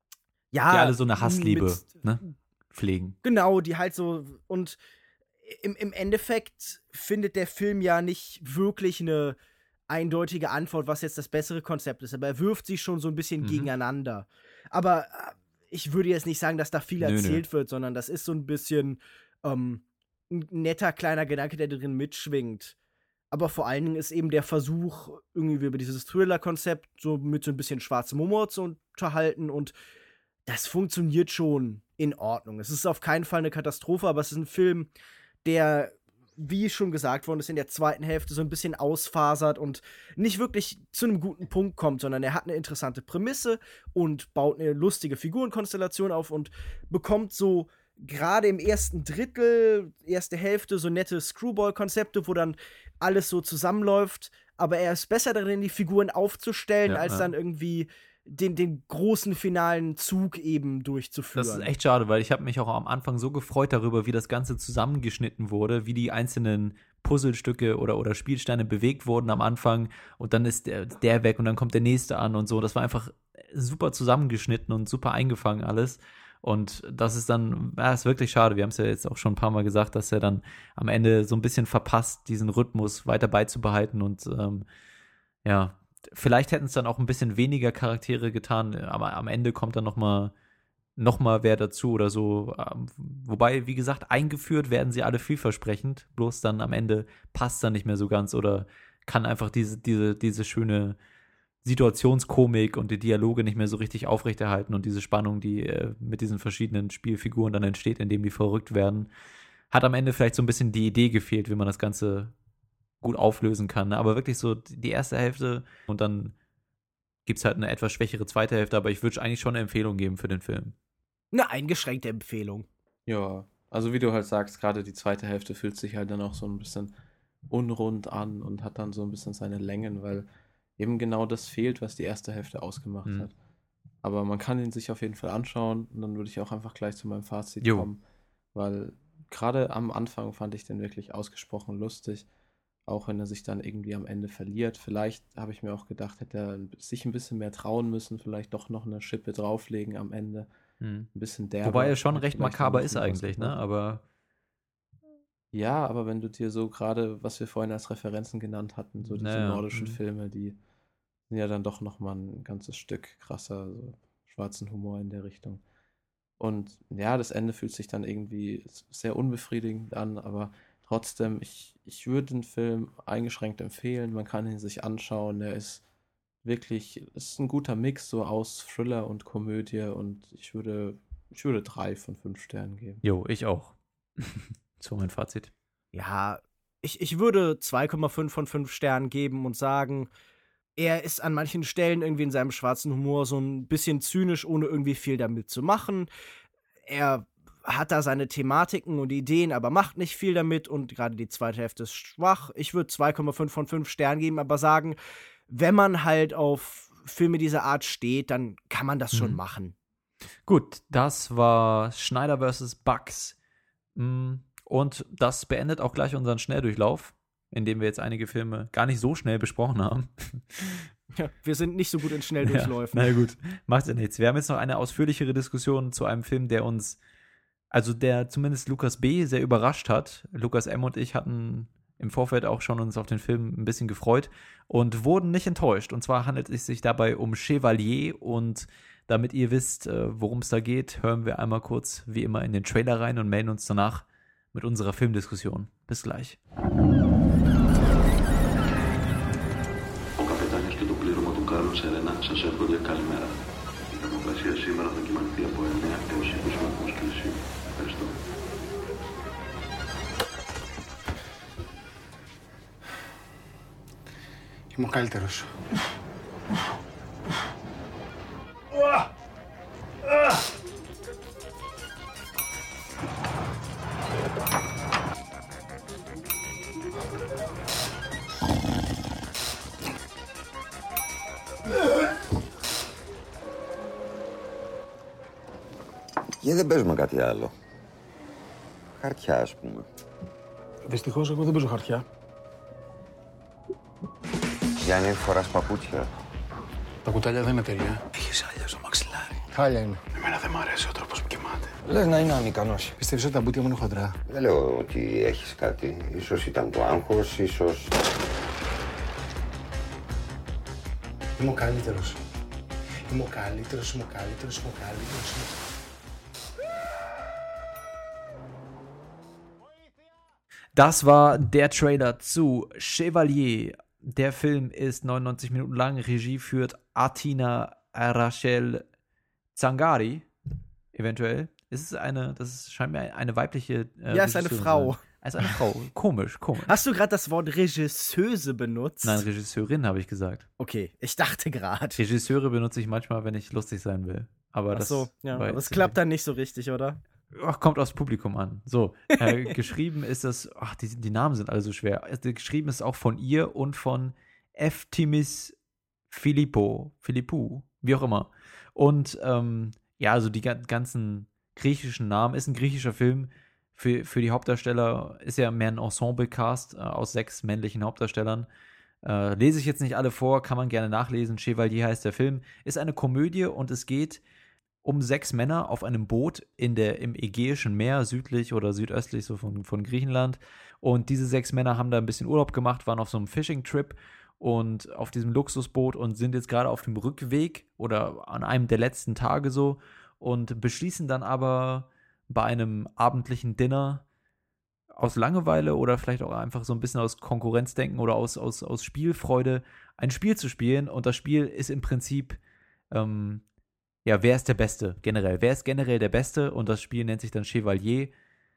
ja Die alle so eine Hassliebe, mit- ne? Pflegen. Genau, die halt so, und im, im Endeffekt findet der Film ja nicht wirklich eine eindeutige Antwort, was jetzt das bessere Konzept ist, aber er wirft sie schon so ein bisschen Mhm. gegeneinander. Aber äh, ich würde jetzt nicht sagen, dass da viel Nö, nö. erzählt wird, sondern das ist so ein bisschen ähm, ein netter kleiner Gedanke, der drin mitschwingt. Aber vor allen Dingen ist eben der Versuch, irgendwie über dieses Thriller-Konzept so mit so ein bisschen schwarzem Humor zu unterhalten, und das funktioniert schon in Ordnung. Es ist auf keinen Fall eine Katastrophe, aber es ist ein Film, der, wie schon gesagt worden ist, in der zweiten Hälfte so ein bisschen ausfasert und nicht wirklich zu einem guten Punkt kommt, sondern er hat eine interessante Prämisse und baut eine lustige Figurenkonstellation auf und bekommt so gerade im ersten Drittel, erste Hälfte, so nette Screwball-Konzepte, wo dann alles so zusammenläuft, aber er ist besser darin, die Figuren aufzustellen, Ja, als ja. dann irgendwie den, den großen finalen Zug eben durchzuführen. Das ist echt schade, weil ich habe mich auch am Anfang so gefreut darüber, wie das Ganze zusammengeschnitten wurde, wie die einzelnen Puzzlestücke oder, oder Spielsteine bewegt wurden am Anfang, und dann ist der, der weg und dann kommt der nächste an und so. Das war einfach super zusammengeschnitten und super eingefangen alles. Und das ist dann, ja, ist wirklich schade. Wir haben es ja jetzt auch schon ein paar Mal gesagt, dass er dann am Ende so ein bisschen verpasst, diesen Rhythmus weiter beizubehalten. Und ähm, ja, vielleicht hätten es dann auch ein bisschen weniger Charaktere getan, aber am Ende kommt dann noch mal, noch mal wer dazu oder so. Ähm, Wobei, wie gesagt, eingeführt werden sie alle vielversprechend, bloß dann am Ende passt dann nicht mehr so ganz oder kann einfach diese, diese, diese schöne Situationskomik und die Dialoge nicht mehr so richtig aufrechterhalten und diese Spannung, die äh, mit diesen verschiedenen Spielfiguren dann entsteht, indem die verrückt werden, hat am Ende vielleicht so ein bisschen die Idee gefehlt, wie man das Ganze gut auflösen kann. Aber wirklich so die erste Hälfte und dann gibt es halt eine etwas schwächere zweite Hälfte, aber ich würde eigentlich schon eine Empfehlung geben für den Film. Eine eingeschränkte Empfehlung. Ja, also wie du halt sagst, gerade die zweite Hälfte fühlt sich halt dann auch so ein bisschen unrund an und hat dann so ein bisschen seine Längen, weil eben genau das fehlt, was die erste Hälfte ausgemacht Mhm. hat. Aber man kann ihn sich auf jeden Fall anschauen und dann würde ich auch einfach gleich zu meinem Fazit Jo. kommen, weil gerade am Anfang fand ich den wirklich ausgesprochen lustig, auch wenn er sich dann irgendwie am Ende verliert. Vielleicht habe ich mir auch gedacht, hätte er sich ein bisschen mehr trauen müssen, vielleicht doch noch eine Schippe drauflegen am Ende. Mhm. Ein bisschen derber. Wobei er schon hat recht vielleicht makaber ein ist bisschen eigentlich, ne? ausgebracht. Aber Ja, aber wenn du dir so gerade, was wir vorhin als Referenzen genannt hatten, so diese Naja, nordischen mhm. Filme, die sind ja dann doch nochmal ein ganzes Stück krasser, so schwarzen Humor in der Richtung. Und ja, das Ende fühlt sich dann irgendwie sehr unbefriedigend an, aber trotzdem, ich, ich würde den Film eingeschränkt empfehlen. Man kann ihn sich anschauen. Er ist wirklich, es ist ein guter Mix so aus Thriller und Komödie und ich würde, ich würde drei von fünf Sternen geben. jo, ich auch. So mein Fazit. Ja, ich, ich würde zwei Komma fünf von fünf Sternen geben und sagen, er ist an manchen Stellen irgendwie in seinem schwarzen Humor so ein bisschen zynisch, ohne irgendwie viel damit zu machen. Er hat da seine Thematiken und Ideen, aber macht nicht viel damit, und gerade die zweite Hälfte ist schwach. Ich würde zwei Komma fünf von fünf Sternen geben, aber sagen, wenn man halt auf Filme dieser Art steht, dann kann man das schon Mhm. machen. Gut, das war Schneider versus. Bugs. Mm, Und das beendet auch gleich unseren Schnelldurchlauf. in dem wir jetzt einige Filme gar nicht so schnell besprochen haben. Ja, wir sind nicht so gut in Schnelldurchläufen. Ja, na gut, macht ja nichts. Wir haben jetzt noch eine ausführlichere Diskussion zu einem Film, der uns, also der zumindest Lukas B. sehr überrascht hat. Lukas M. und ich hatten im Vorfeld auch schon uns auf den Film ein bisschen gefreut und wurden nicht enttäuscht. Und zwar handelt es sich dabei um Chevalier und damit ihr wisst, worum es da geht, hören wir einmal kurz wie immer in den Trailer rein und melden uns danach mit unserer Filmdiskussion. Bis gleich. Κάρλο Σερένα, σας εύχονται καλημέρα. Η θερμοκρασία σήμερα θα κυμανθεί από εννέα έως είκοσι βαθμούς Κελσίου. Ευχαριστώ. Είμαι ο καλύτερος. Γιατί δεν παίζουμε κάτι άλλο. Χαρτιά, ας πούμε. Δυστυχώς, εγώ δεν παίζω χαρτιά. Γιάννη, φοράς παπούτσια. Τα κουτάλια δεν είναι τέλεια. Έχεις χάλια στο μαξιλάρι. Χάλια είναι. Εμένα δεν μ' αρέσει ο τρόπος που κοιμάται. Λες να είναι ανικανός. Πιστεύεις ότι τα μπουτια μου είναι χοντρά? Δεν λέω ότι έχεις κάτι. Ίσως ήταν το άγχος, ίσως... Είμαι ο καλύτερος. Είμαι ο καλύτερος, είμαι ο καλύτερος, είμαι ο καλύτερος. Das war der Trailer zu Chevalier. Der Film ist neunundneunzig Minuten lang. Regie führt Atina Rachel Zangari. Eventuell. Es ist eine, das ist scheinbar eine weibliche. Äh, ja, ist eine Frau. Es ist eine Frau. Komisch, komisch. Hast du gerade das Wort Regisseuse benutzt? Nein, Regisseurin habe ich gesagt. Okay, ich dachte gerade. Regisseure benutze ich manchmal, wenn ich lustig sein will. Aber Ach das, so, ja, aber das klappt dann nicht so richtig, oder? Ach, kommt aufs Publikum an. So, äh, geschrieben ist das, ach, die, die Namen sind alle so schwer. Also, geschrieben ist auch von ihr und von Eftimis Filippo, Philippou, wie auch immer. Und ähm, ja, also die ganzen griechischen Namen, ist ein griechischer Film. Für, für die Hauptdarsteller ist ja mehr ein Ensemble-Cast äh, aus sechs männlichen Hauptdarstellern. Äh, lese ich jetzt nicht alle vor, kann man gerne nachlesen. Chevalier heißt der Film. Ist eine Komödie und es geht um sechs Männer auf einem Boot in der, im Ägäischen Meer, südlich oder südöstlich so von, von Griechenland. Und diese sechs Männer haben da ein bisschen Urlaub gemacht, waren auf so einem Fishing-Trip und auf diesem Luxusboot und sind jetzt gerade auf dem Rückweg oder an einem der letzten Tage so und beschließen dann aber bei einem abendlichen Dinner aus Langeweile oder vielleicht auch einfach so ein bisschen aus Konkurrenzdenken oder aus, aus, aus Spielfreude ein Spiel zu spielen. Und das Spiel ist im Prinzip ähm, ja, wer ist der Beste generell? Wer ist generell der Beste? Und das Spiel nennt sich dann Chevalier,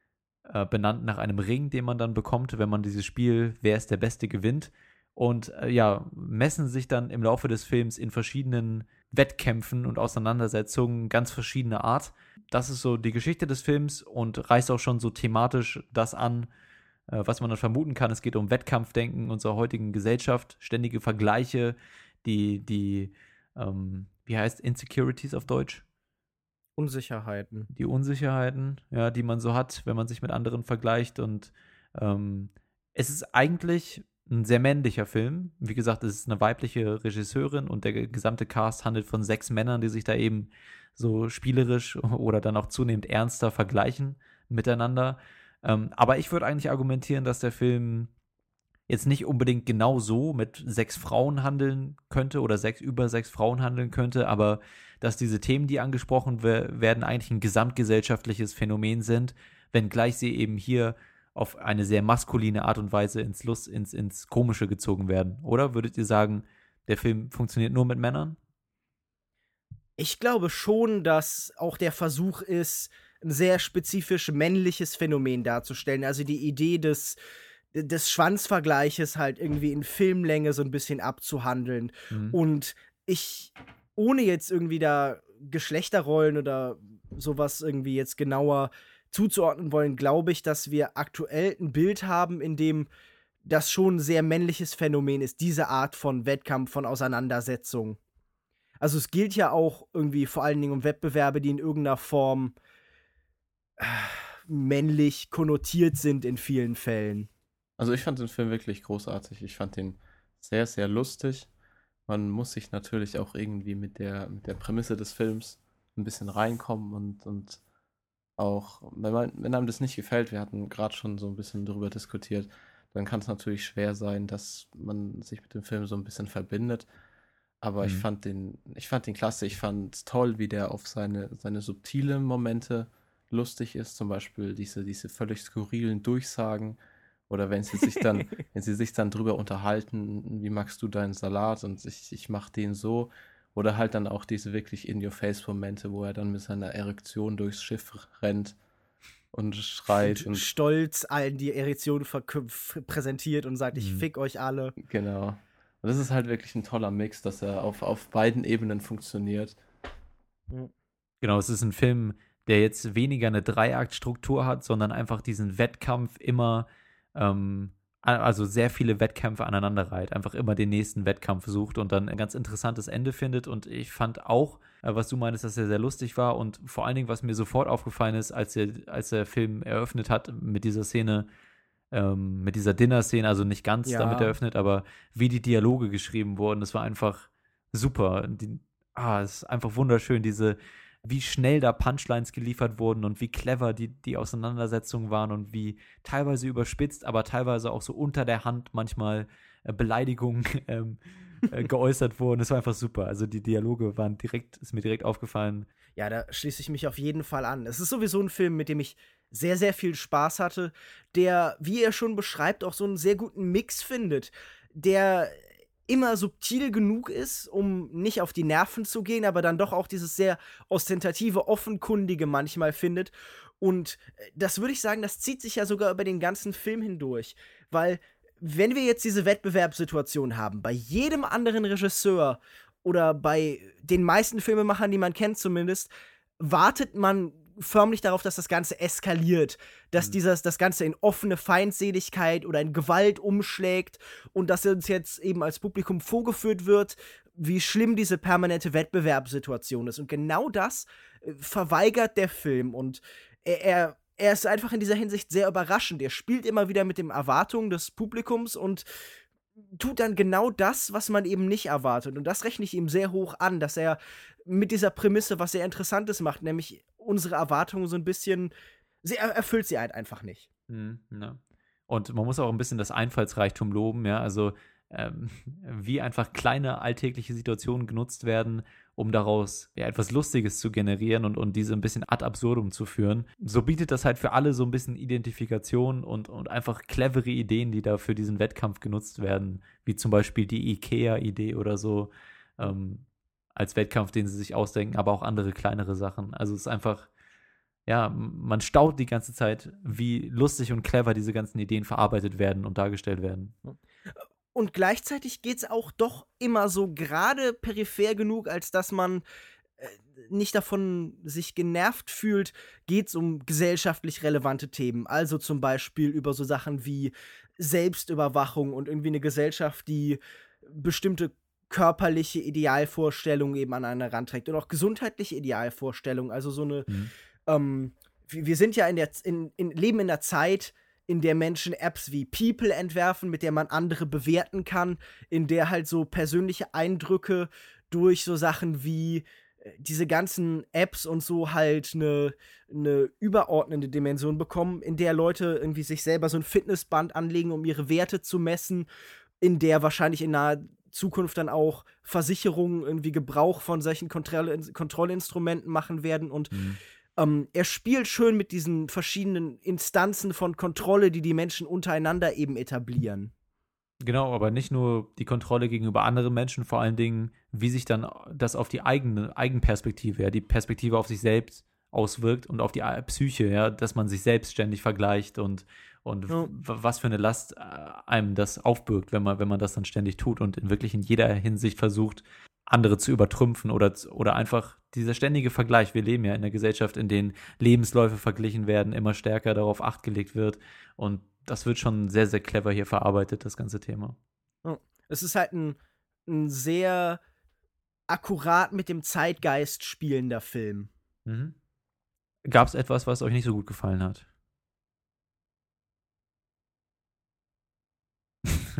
äh, benannt nach einem Ring, den man dann bekommt, wenn man dieses Spiel, wer ist der Beste, gewinnt. Und äh, ja, messen sich dann im Laufe des Films in verschiedenen Wettkämpfen und Auseinandersetzungen ganz verschiedener Art. Das ist so die Geschichte des Films und reißt auch schon so thematisch das an, äh, was man dann vermuten kann. Es geht um Wettkampfdenken unserer heutigen Gesellschaft, ständige Vergleiche, die, die, ähm, wie heißt Insecurities auf Deutsch? Unsicherheiten. Die Unsicherheiten, ja, die man so hat, wenn man sich mit anderen vergleicht. Und ähm, es ist eigentlich ein sehr männlicher Film. Wie gesagt, es ist eine weibliche Regisseurin und der gesamte Cast handelt von sechs Männern, die sich da eben so spielerisch oder dann auch zunehmend ernster vergleichen miteinander. Ähm, aber ich würde eigentlich argumentieren, dass der Film jetzt nicht unbedingt genau so mit sechs Frauen handeln könnte oder sechs über sechs Frauen handeln könnte, aber dass diese Themen, die angesprochen we- werden, eigentlich ein gesamtgesellschaftliches Phänomen sind, wenngleich sie eben hier auf eine sehr maskuline Art und Weise ins Lust, ins, ins Komische gezogen werden. Oder würdet ihr sagen, der Film funktioniert nur mit Männern? Ich glaube schon, dass auch der Versuch ist, ein sehr spezifisch männliches Phänomen darzustellen. Also die Idee des des Schwanzvergleiches halt irgendwie in Filmlänge so ein bisschen abzuhandeln. Mhm. Und ich, ohne jetzt irgendwie da Geschlechterrollen oder sowas irgendwie jetzt genauer zuzuordnen wollen, glaube ich, dass wir aktuell ein Bild haben, in dem das schon ein sehr männliches Phänomen ist, diese Art von Wettkampf, von Auseinandersetzung. Also es gilt ja auch irgendwie vor allen Dingen um Wettbewerbe, die in irgendeiner Form äh, männlich konnotiert sind in vielen Fällen. Also ich fand den Film wirklich großartig. Ich fand den sehr, sehr lustig. Man muss sich natürlich auch irgendwie mit der, mit der Prämisse des Films ein bisschen reinkommen und, und auch, wenn man, wenn einem das nicht gefällt, wir hatten gerade schon so ein bisschen darüber diskutiert, dann kann es natürlich schwer sein, dass man sich mit dem Film so ein bisschen verbindet. Aber ich Mhm. fand den, ich fand den klasse. Ich fand es toll, wie der auf seine, seine subtilen Momente lustig ist. Zum Beispiel diese, diese völlig skurrilen Durchsagen. Oder wenn sie sich dann, wenn sie sich dann drüber unterhalten, wie magst du deinen Salat und ich, ich mach den so. Oder halt dann auch diese wirklich In-Your-Face-Momente, wo er dann mit seiner Erektion durchs Schiff rennt und schreit. Und Und stolz allen die Erektion verkü- f- präsentiert und sagt, ich Mhm. fick euch alle. genau. Und das ist halt wirklich ein toller Mix, dass er auf, auf beiden Ebenen funktioniert. Genau, es ist ein Film, der jetzt weniger eine Dreiaktstruktur hat, sondern einfach diesen Wettkampf immer, ähm, a- also sehr viele Wettkämpfe aneinander reiht, einfach immer den nächsten Wettkampf sucht und dann ein ganz interessantes Ende findet. Und ich fand auch, äh, was du meinst, dass er sehr lustig war und vor allen Dingen, was mir sofort aufgefallen ist, als er, als der Film eröffnet hat mit dieser Szene, ähm, mit dieser Dinner-Szene, also nicht ganz Ja. damit eröffnet, aber wie die Dialoge geschrieben wurden, das war einfach super. Die, ah, es ist einfach wunderschön, diese, wie schnell da Punchlines geliefert wurden und wie clever die, die Auseinandersetzungen waren und wie teilweise überspitzt, aber teilweise auch so unter der Hand manchmal äh, Beleidigungen ähm, äh, geäußert wurden. Das war einfach super. Also die Dialoge waren direkt, ist mir direkt aufgefallen. Ja, da schließe ich mich auf jeden Fall an. Es ist sowieso ein Film, mit dem ich sehr, sehr viel Spaß hatte, der, wie er schon beschreibt, auch so einen sehr guten Mix findet, der immer subtil genug ist, um nicht auf die Nerven zu gehen, aber dann doch auch dieses sehr ostentative, offenkundige manchmal findet. Und äh, das würde ich sagen, das zieht sich ja sogar über den ganzen Film hindurch. Weil, wenn wir jetzt diese Wettbewerbssituation haben, bei jedem anderen Regisseur oder bei den meisten Filmemachern, die man kennt zumindest, wartet man förmlich darauf, dass das Ganze eskaliert, dass Mhm. dieses, das Ganze in offene Feindseligkeit oder in Gewalt umschlägt und dass uns jetzt eben als Publikum vorgeführt wird, wie schlimm diese permanente Wettbewerbssituation ist. Und genau das äh, verweigert der Film und er, er, er ist einfach in dieser Hinsicht sehr überraschend. Er spielt immer wieder mit den Erwartungen des Publikums und tut dann genau das, was man eben nicht erwartet. Und das rechne ich ihm sehr hoch an, dass er mit dieser Prämisse was sehr Interessantes macht, nämlich unsere Erwartungen so ein bisschen, sie er erfüllt sie halt einfach nicht. Mhm, ja. Und man muss auch ein bisschen das Einfallsreichtum loben, ja, also ähm, wie einfach kleine alltägliche Situationen genutzt werden, um daraus ja, etwas Lustiges zu generieren und, und diese ein bisschen ad absurdum zu führen. So bietet das halt für alle so ein bisschen Identifikation und, und einfach clevere Ideen, die da für diesen Wettkampf genutzt werden, wie zum Beispiel die IKEA-Idee oder so, ähm, als Wettkampf, den sie sich ausdenken, aber auch andere kleinere Sachen. Also es ist einfach, ja, man staunt die ganze Zeit, wie lustig und clever diese ganzen Ideen verarbeitet werden und dargestellt werden. Und gleichzeitig geht's auch doch immer so gerade peripher genug, als dass man äh, nicht davon sich genervt fühlt, geht's um gesellschaftlich relevante Themen. Also zum Beispiel über so Sachen wie Selbstüberwachung und irgendwie eine Gesellschaft, die bestimmte körperliche Idealvorstellungen eben an einen heranträgt und auch gesundheitliche Idealvorstellungen. Also so eine, Mhm. ähm, wir wir sind ja in der, in, in, leben in der Zeit, in der Menschen Apps wie People entwerfen, mit der man andere bewerten kann, in der halt so persönliche Eindrücke durch so Sachen wie äh, diese ganzen Apps und so halt eine ne überordnende Dimension bekommen, in der Leute irgendwie sich selber so ein Fitnessband anlegen, um ihre Werte zu messen, in der wahrscheinlich in naher Zukunft dann auch Versicherungen irgendwie Gebrauch von solchen Kontroll- Kontrollinstrumenten machen werden und Mhm. ähm, er spielt schön mit diesen verschiedenen Instanzen von Kontrolle, die die Menschen untereinander eben etablieren. Genau, aber nicht nur die Kontrolle gegenüber anderen Menschen, vor allen Dingen, wie sich dann das auf die eigene Eigenperspektive, ja, die Perspektive auf sich selbst auswirkt und auf die äh, Psyche, ja, dass man sich selbst ständig vergleicht und, und Ja. w- was für eine Last äh, einem das aufbürgt, wenn man, wenn man das dann ständig tut und in wirklich in jeder Hinsicht versucht, andere zu übertrümpfen oder, oder einfach dieser ständige Vergleich. Wir leben ja in einer Gesellschaft, in denen Lebensläufe verglichen werden, immer stärker darauf Acht gelegt wird und das wird schon sehr, sehr clever hier verarbeitet, das ganze Thema. Ja. Es ist halt ein, ein sehr akkurat mit dem Zeitgeist spielender Film. Mhm. Gab es etwas, was euch nicht so gut gefallen hat?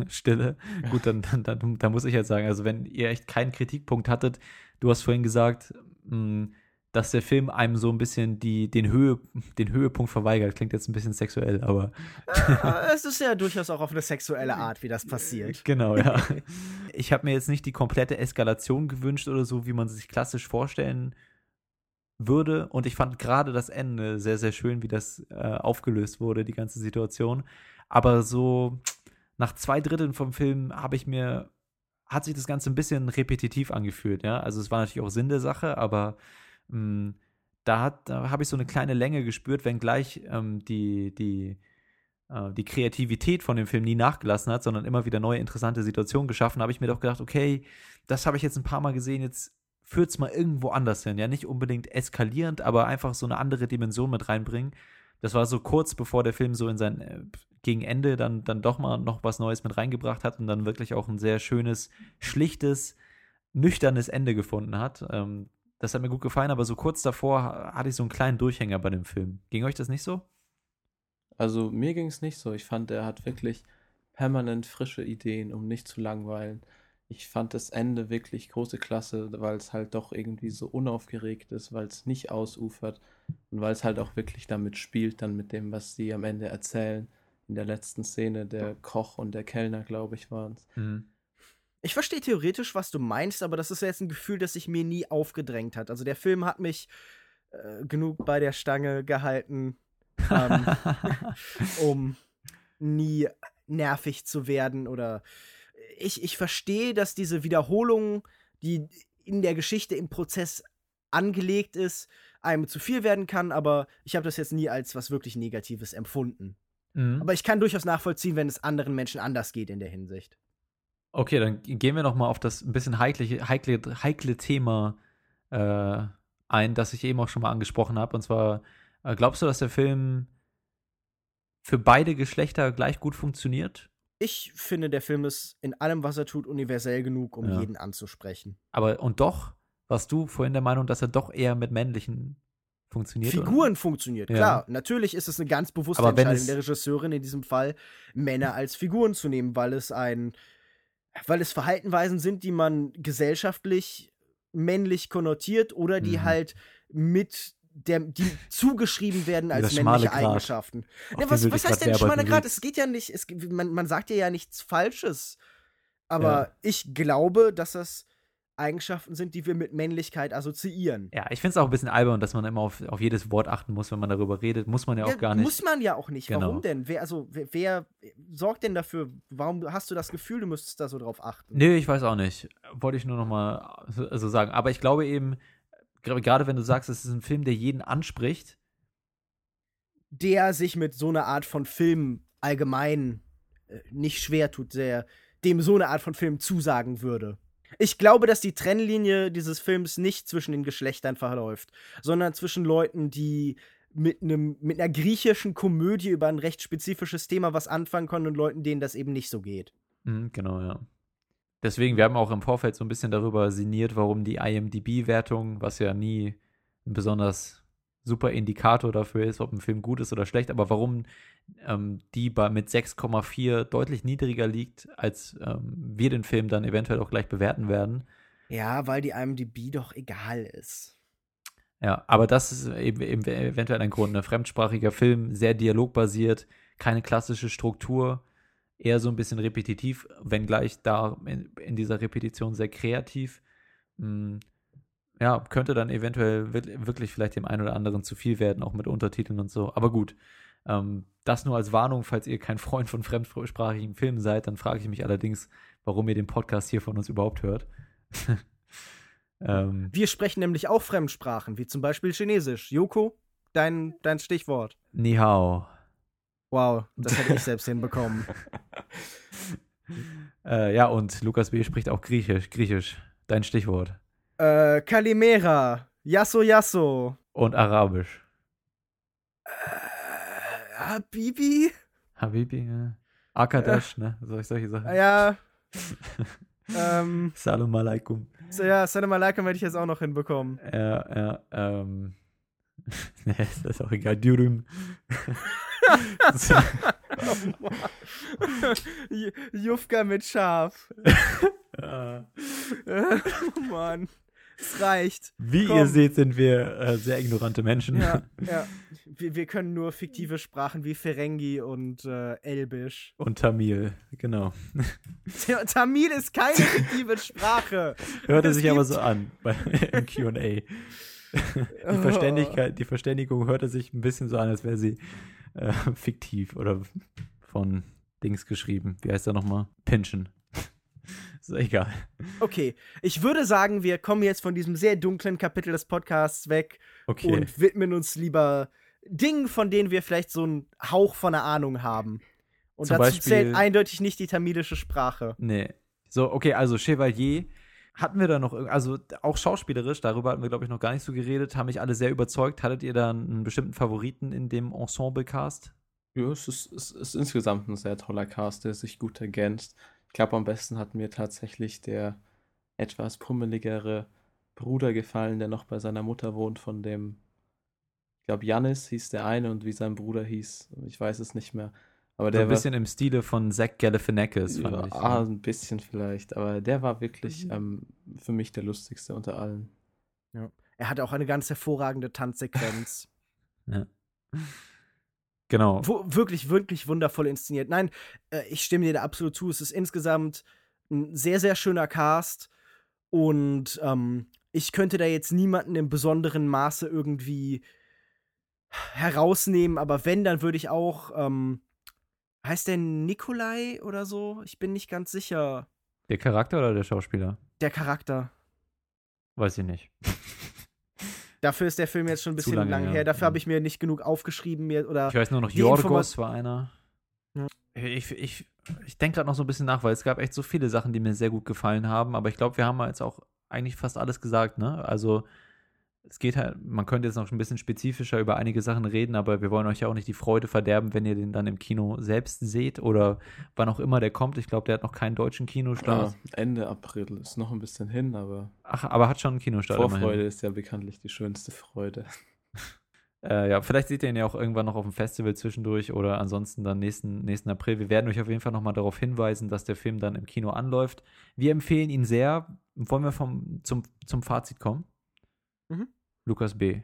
Stille. Gut, dann, dann, dann, dann muss ich jetzt sagen, also wenn ihr echt keinen Kritikpunkt hattet, du hast vorhin gesagt, mh, dass der Film einem so ein bisschen die, den, Höhe, den Höhepunkt verweigert. Klingt jetzt ein bisschen sexuell, aber ja, es ist ja durchaus auch auf eine sexuelle Art, wie das passiert. Genau, ja. Ich habe mir jetzt nicht die komplette Eskalation gewünscht oder so, wie man sich klassisch vorstellen würde. Und ich fand gerade das Ende sehr, sehr schön, wie das äh, aufgelöst wurde, die ganze Situation. Aber so nach zwei Dritteln vom Film habe ich mir, hat sich das Ganze ein bisschen repetitiv angefühlt, ja. Also es war natürlich auch Sinn der Sache, aber mh, da, hat, da habe ich so eine kleine Länge gespürt, wenngleich ähm, die, die, äh, die Kreativität von dem Film nie nachgelassen hat, sondern immer wieder neue interessante Situationen geschaffen, habe ich mir doch gedacht, okay, das habe ich jetzt ein paar Mal gesehen, jetzt führt es mal irgendwo anders hin. Ja, nicht unbedingt eskalierend, aber einfach so eine andere Dimension mit reinbringen. Das war so kurz, bevor der Film so in sein, äh, gegen Ende dann, dann doch mal noch was Neues mit reingebracht hat und dann wirklich auch ein sehr schönes, schlichtes, nüchternes Ende gefunden hat. Ähm, das hat mir gut gefallen, aber so kurz davor hatte ich so einen kleinen Durchhänger bei dem Film. Ging euch das nicht so? Also mir ging es nicht so. Ich fand, er hat wirklich permanent frische Ideen, um nicht zu langweilen. Ich fand das Ende wirklich große Klasse, weil es halt doch irgendwie so unaufgeregt ist, weil es nicht ausufert und weil es halt auch wirklich damit spielt, dann mit dem, was sie am Ende erzählen. In der letzten Szene, der Koch und der Kellner, glaube ich, waren es. Mhm. Ich verstehe theoretisch, was du meinst, aber das ist jetzt ein Gefühl, das sich mir nie aufgedrängt hat. Also der Film hat mich äh, genug bei der Stange gehalten, ähm, um nie nervig zu werden oder ich, ich verstehe, dass diese Wiederholung, die in der Geschichte im Prozess angelegt ist, einem zu viel werden kann, aber ich habe das jetzt nie als was wirklich Negatives empfunden. Mhm. Aber ich kann durchaus nachvollziehen, wenn es anderen Menschen anders geht in der Hinsicht. Okay, dann gehen wir noch mal auf das ein bisschen heikle, heikle, heikle Thema äh, ein, das ich eben auch schon mal angesprochen habe. Und zwar, äh, glaubst du, dass der Film für beide Geschlechter gleich gut funktioniert? Ich finde, der Film ist in allem, was er tut, universell genug, um Ja. jeden anzusprechen. Aber und doch warst du vorhin der Meinung, dass er doch eher mit männlichen funktioniert? Figuren oder? funktioniert, Ja. klar. Natürlich ist es eine ganz bewusste Aber wenn Entscheidung es- der Regisseurin, in diesem Fall Männer als Figuren zu nehmen, weil es ein, weil es Verhaltenweisen sind, die man gesellschaftlich männlich konnotiert oder die Mhm. halt mit der, die zugeschrieben werden als Dieser schmale männliche Grat, Eigenschaften. auf Ja, den was du dich was heißt grad denn derbe schmaler Grad? bewegst. Es geht ja nicht, es, man, man sagt ja ja nichts Falsches. Aber Ja. ich glaube, dass das Eigenschaften sind, die wir mit Männlichkeit assoziieren. Ja, ich finde es auch ein bisschen albern, dass man immer auf, auf jedes Wort achten muss, wenn man darüber redet. Muss man ja auch Ja, gar nicht. Muss man ja auch nicht. Genau. Warum denn? Wer, also, wer, wer sorgt denn dafür? Warum hast du das Gefühl, du müsstest da so drauf achten? Nee, ich weiß auch nicht. Wollte ich nur noch mal so also sagen. Aber ich glaube eben, gra- gerade wenn du sagst, es ist ein Film, der jeden anspricht. Der sich mit so einer Art von Film allgemein äh, nicht schwer tut, der dem so eine Art von Film zusagen würde. Ich glaube, dass die Trennlinie dieses Films nicht zwischen den Geschlechtern verläuft, sondern zwischen Leuten, die mit einem mit einer griechischen Komödie über ein recht spezifisches Thema was anfangen können und Leuten, denen das eben nicht so geht. Mhm, genau, ja. Deswegen, wir haben auch im Vorfeld so ein bisschen darüber sinniert, warum die I M D B-Wertung, was ja nie ein besonders super Indikator dafür ist, ob ein Film gut ist oder schlecht, aber warum ähm, die bei, mit sechs Komma vier deutlich niedriger liegt, als ähm, wir den Film dann eventuell auch gleich bewerten werden. Ja, weil die I M D B doch egal ist. Ja, aber das ist eben, eben eventuell ein Grund. Ein fremdsprachiger Film, sehr dialogbasiert, keine klassische Struktur, eher so ein bisschen repetitiv, wenngleich da in, in dieser Repetition sehr kreativ. Mh, ja, könnte dann eventuell wirklich vielleicht dem einen oder anderen zu viel werden, auch mit Untertiteln und so. Aber gut, ähm, das nur als Warnung, falls ihr kein Freund von fremdsprachigen Filmen seid, dann frage ich mich allerdings, warum ihr den Podcast hier von uns überhaupt hört. ähm, Wir sprechen nämlich auch Fremdsprachen, wie zum Beispiel Chinesisch. Joko, dein, dein Stichwort. Ni hao. Wow, das hätte ich selbst hinbekommen. Äh, ja, und Lukas B. spricht auch Griechisch. Griechisch, dein Stichwort. Äh, Kalimera, Yasso Yasso. Und Arabisch. Äh, Habibi? Habibi, ja. Akadash, ne? Solch, solche Sachen. Ja. ähm, Salam alaikum. so, ja, Salam alaikum hätte ich jetzt auch noch hinbekommen. Ja, ja, ähm. Nee, ist das auch egal. Dürüm. Oh J- Jufka mit Schaf. Ja. Oh Mann. Es reicht. Wie Komm. ihr seht, sind wir äh, sehr ignorante Menschen. Ja, ja. Wir, wir können nur fiktive Sprachen wie Ferengi und äh, Elbisch. Und Tamil, genau. Ja, Tamil ist keine fiktive Sprache. Hörte Es sich gibt- aber so an bei, im Q und A. Die, Verständigkeit, die Verständigung hörte sich ein bisschen so an, als wäre sie äh, fiktiv oder von Dings geschrieben. Wie heißt er nochmal? Pinchen. Ist egal. Okay, ich würde sagen, wir kommen jetzt von diesem sehr dunklen Kapitel des Podcasts weg Okay. und widmen uns lieber Dingen, von denen wir vielleicht so einen Hauch von einer Ahnung haben. Und Zum dazu Beispiel- zählt eindeutig nicht die tamilische Sprache. Nee. So, okay, also Chevalier hatten wir da noch, irg- also auch schauspielerisch, darüber hatten wir, glaube ich, noch gar nicht so geredet, haben mich alle sehr überzeugt. Hattet ihr da einen bestimmten Favoriten in dem Ensemble-Cast? Ja, es ist, es ist insgesamt ein sehr toller Cast, der sich gut ergänzt. Ich glaube, am besten hat mir tatsächlich der etwas pummeligere Bruder gefallen, der noch bei seiner Mutter wohnt, von dem, ich glaube, Jannis hieß der eine und wie sein Bruder hieß, ich weiß es nicht mehr. Aber So der ein bisschen im Stile von Zach Galifianakis, war, fand ich. ah, ein bisschen vielleicht, aber der war wirklich Mhm. ähm, für mich der lustigste unter allen. Ja. Er hat auch eine ganz hervorragende Tanzsequenz. Ja. Genau. Wo, wirklich, wirklich wundervoll inszeniert. Nein, äh, ich stimme dir da absolut zu. Es ist insgesamt ein sehr, sehr schöner Cast. Und ähm, ich könnte da jetzt niemanden im besonderen Maße irgendwie herausnehmen. Aber wenn, dann würde ich auch, ähm, heißt der Nikolai oder so? Ich bin nicht ganz sicher. Der Charakter oder der Schauspieler? Der Charakter. Weiß ich nicht. Dafür ist der Film jetzt schon ein Zu bisschen lange lang her. her. Dafür Ja. habe ich mir nicht genug aufgeschrieben. Mir, oder Ich weiß nur noch, die Yorgos Informa- war einer. Ja. Ich, ich, ich denke gerade noch so ein bisschen nach, weil es gab echt so viele Sachen, die mir sehr gut gefallen haben. Aber ich glaube, wir haben jetzt auch eigentlich fast alles gesagt, ne? Also es geht halt, man könnte jetzt noch ein bisschen spezifischer über einige Sachen reden, aber wir wollen euch ja auch nicht die Freude verderben, wenn ihr den dann im Kino selbst seht oder wann auch immer der kommt. Ich glaube, der hat noch keinen deutschen Kinostart. Ja, Ende April ist noch ein bisschen hin, aber Ach, aber hat schon einen Kinostart. Vorfreude immerhin. ist ja bekanntlich die schönste Freude. Äh, ja, vielleicht seht ihr ihn ja auch irgendwann noch auf dem Festival zwischendurch oder ansonsten dann nächsten, nächsten April. Wir werden euch auf jeden Fall nochmal darauf hinweisen, dass der Film dann im Kino anläuft. Wir empfehlen ihn sehr. Wollen wir vom, zum, zum Fazit kommen? Mhm. Lukas B.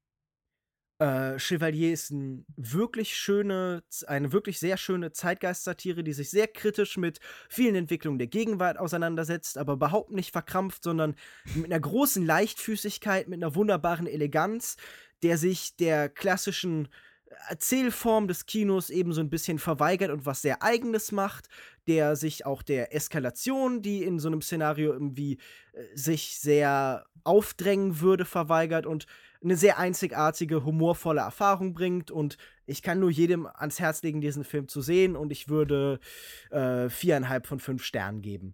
Äh, Chevalier ist ein wirklich schöne, eine wirklich sehr schöne Zeitgeist-Satire, die sich sehr kritisch mit vielen Entwicklungen der Gegenwart auseinandersetzt, aber überhaupt nicht verkrampft, sondern mit einer großen Leichtfüßigkeit, mit einer wunderbaren Eleganz, der sich der klassischen Erzählform des Kinos eben so ein bisschen verweigert und was sehr Eigenes macht, der sich auch der Eskalation, die in so einem Szenario irgendwie äh, sich sehr aufdrängen würde, verweigert und eine sehr einzigartige, humorvolle Erfahrung bringt. Und ich kann nur jedem ans Herz legen, diesen Film zu sehen. Und ich würde äh, viereinhalb von fünf Sternen geben.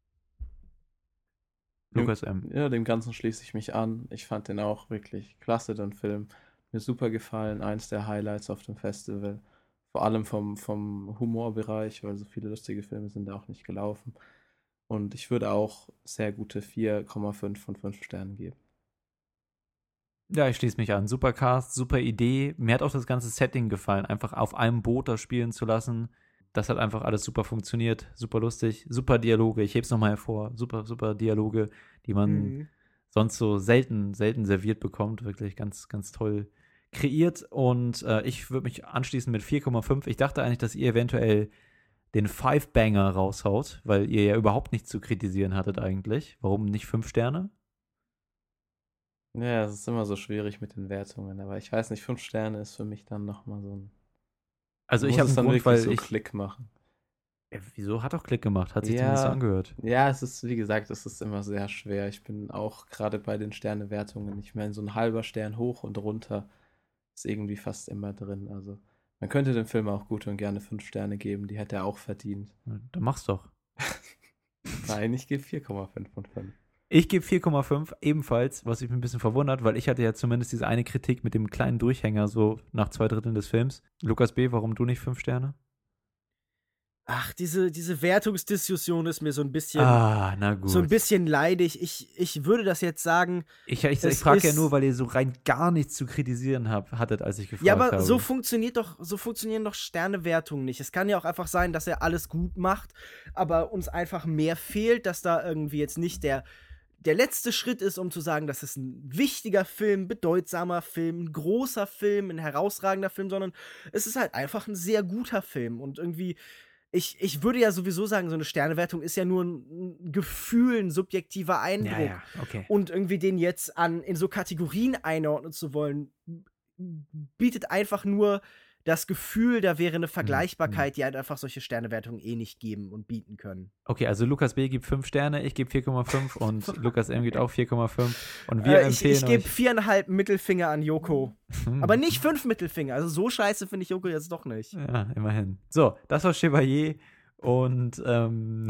Lukas M. Ja, dem Ganzen schließe ich mich an. Ich fand den auch wirklich klasse, den Film. Mir super gefallen. Eins der Highlights auf dem Festival. Vor allem vom, vom Humorbereich, weil so viele lustige Filme sind da auch nicht gelaufen. Und ich würde auch sehr gute vier Komma fünf von fünf Sternen geben. Ja, ich schließe mich an. Super Cast, super Idee. Mir hat auch das ganze Setting gefallen, einfach auf einem Boot das spielen zu lassen. Das hat einfach alles super funktioniert, super lustig, super Dialoge. Ich hebe es nochmal hervor. Super, super Dialoge, die man Mhm. sonst so selten, selten serviert bekommt. Wirklich ganz, ganz toll kreiert. Und äh, ich würde mich anschließen mit vier Komma fünf. Ich dachte eigentlich, dass ihr eventuell den Five-Banger raushaut, weil ihr ja überhaupt nichts zu kritisieren hattet eigentlich. Warum nicht fünf Sterne? Ja, es ist immer so schwierig mit den Wertungen, aber ich weiß nicht, fünf Sterne ist für mich dann nochmal so ein. Also ich muss habe es einen dann Grund, wirklich weil so ich Klick machen. Ja, wieso? Hat doch Klick gemacht, hat sich Ja. zumindest so angehört. Ja, es ist, wie gesagt, es ist immer sehr schwer. Ich bin auch gerade bei den Sternewertungen, ich meine, so ein halber Stern hoch und runter ist irgendwie fast immer drin. Also man könnte dem Film auch gut und gerne fünf Sterne geben, die hätte er auch verdient. Dann mach's doch. Nein, ich gebe vier Komma fünf von fünf. Ich gebe vier Komma fünf ebenfalls, was mich ein bisschen verwundert, weil ich hatte ja zumindest diese eine Kritik mit dem kleinen Durchhänger so nach zwei Dritteln des Films. Lukas B., warum du nicht fünf Sterne? Ach, diese, diese Wertungsdiskussion ist mir so ein bisschen Ah, na gut. so ein bisschen leidig. Ich, ich würde das jetzt sagen. Ich, ich, ich es frage ja ist- nur, weil ihr so rein gar nichts zu kritisieren habt, hattet, als ich gefragt Ja, aber habe. so funktioniert doch, so funktionieren doch Sternewertungen nicht. Es kann ja auch einfach sein, dass er alles gut macht, aber uns einfach mehr fehlt, dass da irgendwie jetzt nicht der, der letzte Schritt ist, um zu sagen, das ist ein wichtiger Film, bedeutsamer Film, ein großer Film, ein herausragender Film, sondern es ist halt einfach ein sehr guter Film. Und irgendwie, ich, ich würde ja sowieso sagen, so eine Sternewertung ist ja nur ein, ein Gefühl, ein subjektiver Eindruck. Ja, ja, okay. Und irgendwie den jetzt an in so Kategorien einordnen zu wollen, bietet einfach nur das Gefühl, da wäre eine Vergleichbarkeit, die halt einfach solche Sternewertungen eh nicht geben und bieten können. Okay, also Lukas B. gibt fünf Sterne, ich gebe vier Komma fünf und Lukas M. gibt auch vier Komma fünf. Und wir Äh, ich empfehlen ich gebe euch... viereinhalb Mittelfinger an Joko. Hm. Aber nicht fünf Mittelfinger. Also so scheiße finde ich Joko jetzt doch nicht. Ja, immerhin. So, das war Chevalier und ähm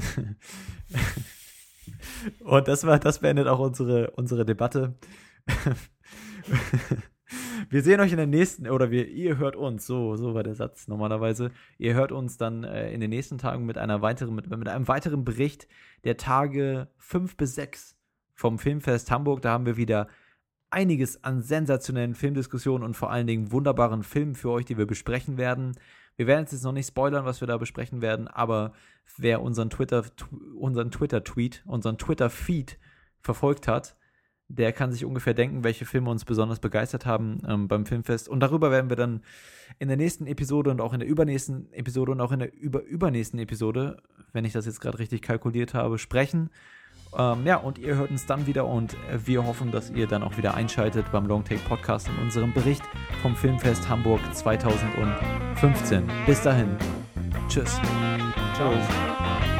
und das war, das beendet auch unsere, unsere Debatte. Wir sehen euch in der nächsten, oder wir, ihr hört uns, so, so war der Satz normalerweise. Ihr hört uns dann äh, in den nächsten Tagen mit einer weiteren, mit, mit einem weiteren Bericht der Tage fünf bis sechs vom Filmfest Hamburg. Da haben wir wieder einiges an sensationellen Filmdiskussionen und vor allen Dingen wunderbaren Filmen für euch, die wir besprechen werden. Wir werden jetzt noch nicht spoilern, was wir da besprechen werden, aber wer unseren Twitter, unseren Twitter-Tweet, unseren Twitter-Feed verfolgt hat, der kann sich ungefähr denken, welche Filme uns besonders begeistert haben ähm, beim Filmfest. Und darüber werden wir dann in der nächsten Episode und auch in der übernächsten Episode und auch in der über übernächsten Episode, wenn ich das jetzt gerade richtig kalkuliert habe, sprechen. Ähm, ja, und ihr hört uns dann wieder und wir hoffen, dass ihr dann auch wieder einschaltet beim Longtake Podcast in unserem Bericht vom Filmfest Hamburg zwanzig fünfzehn. Bis dahin. Tschüss. Tschüss.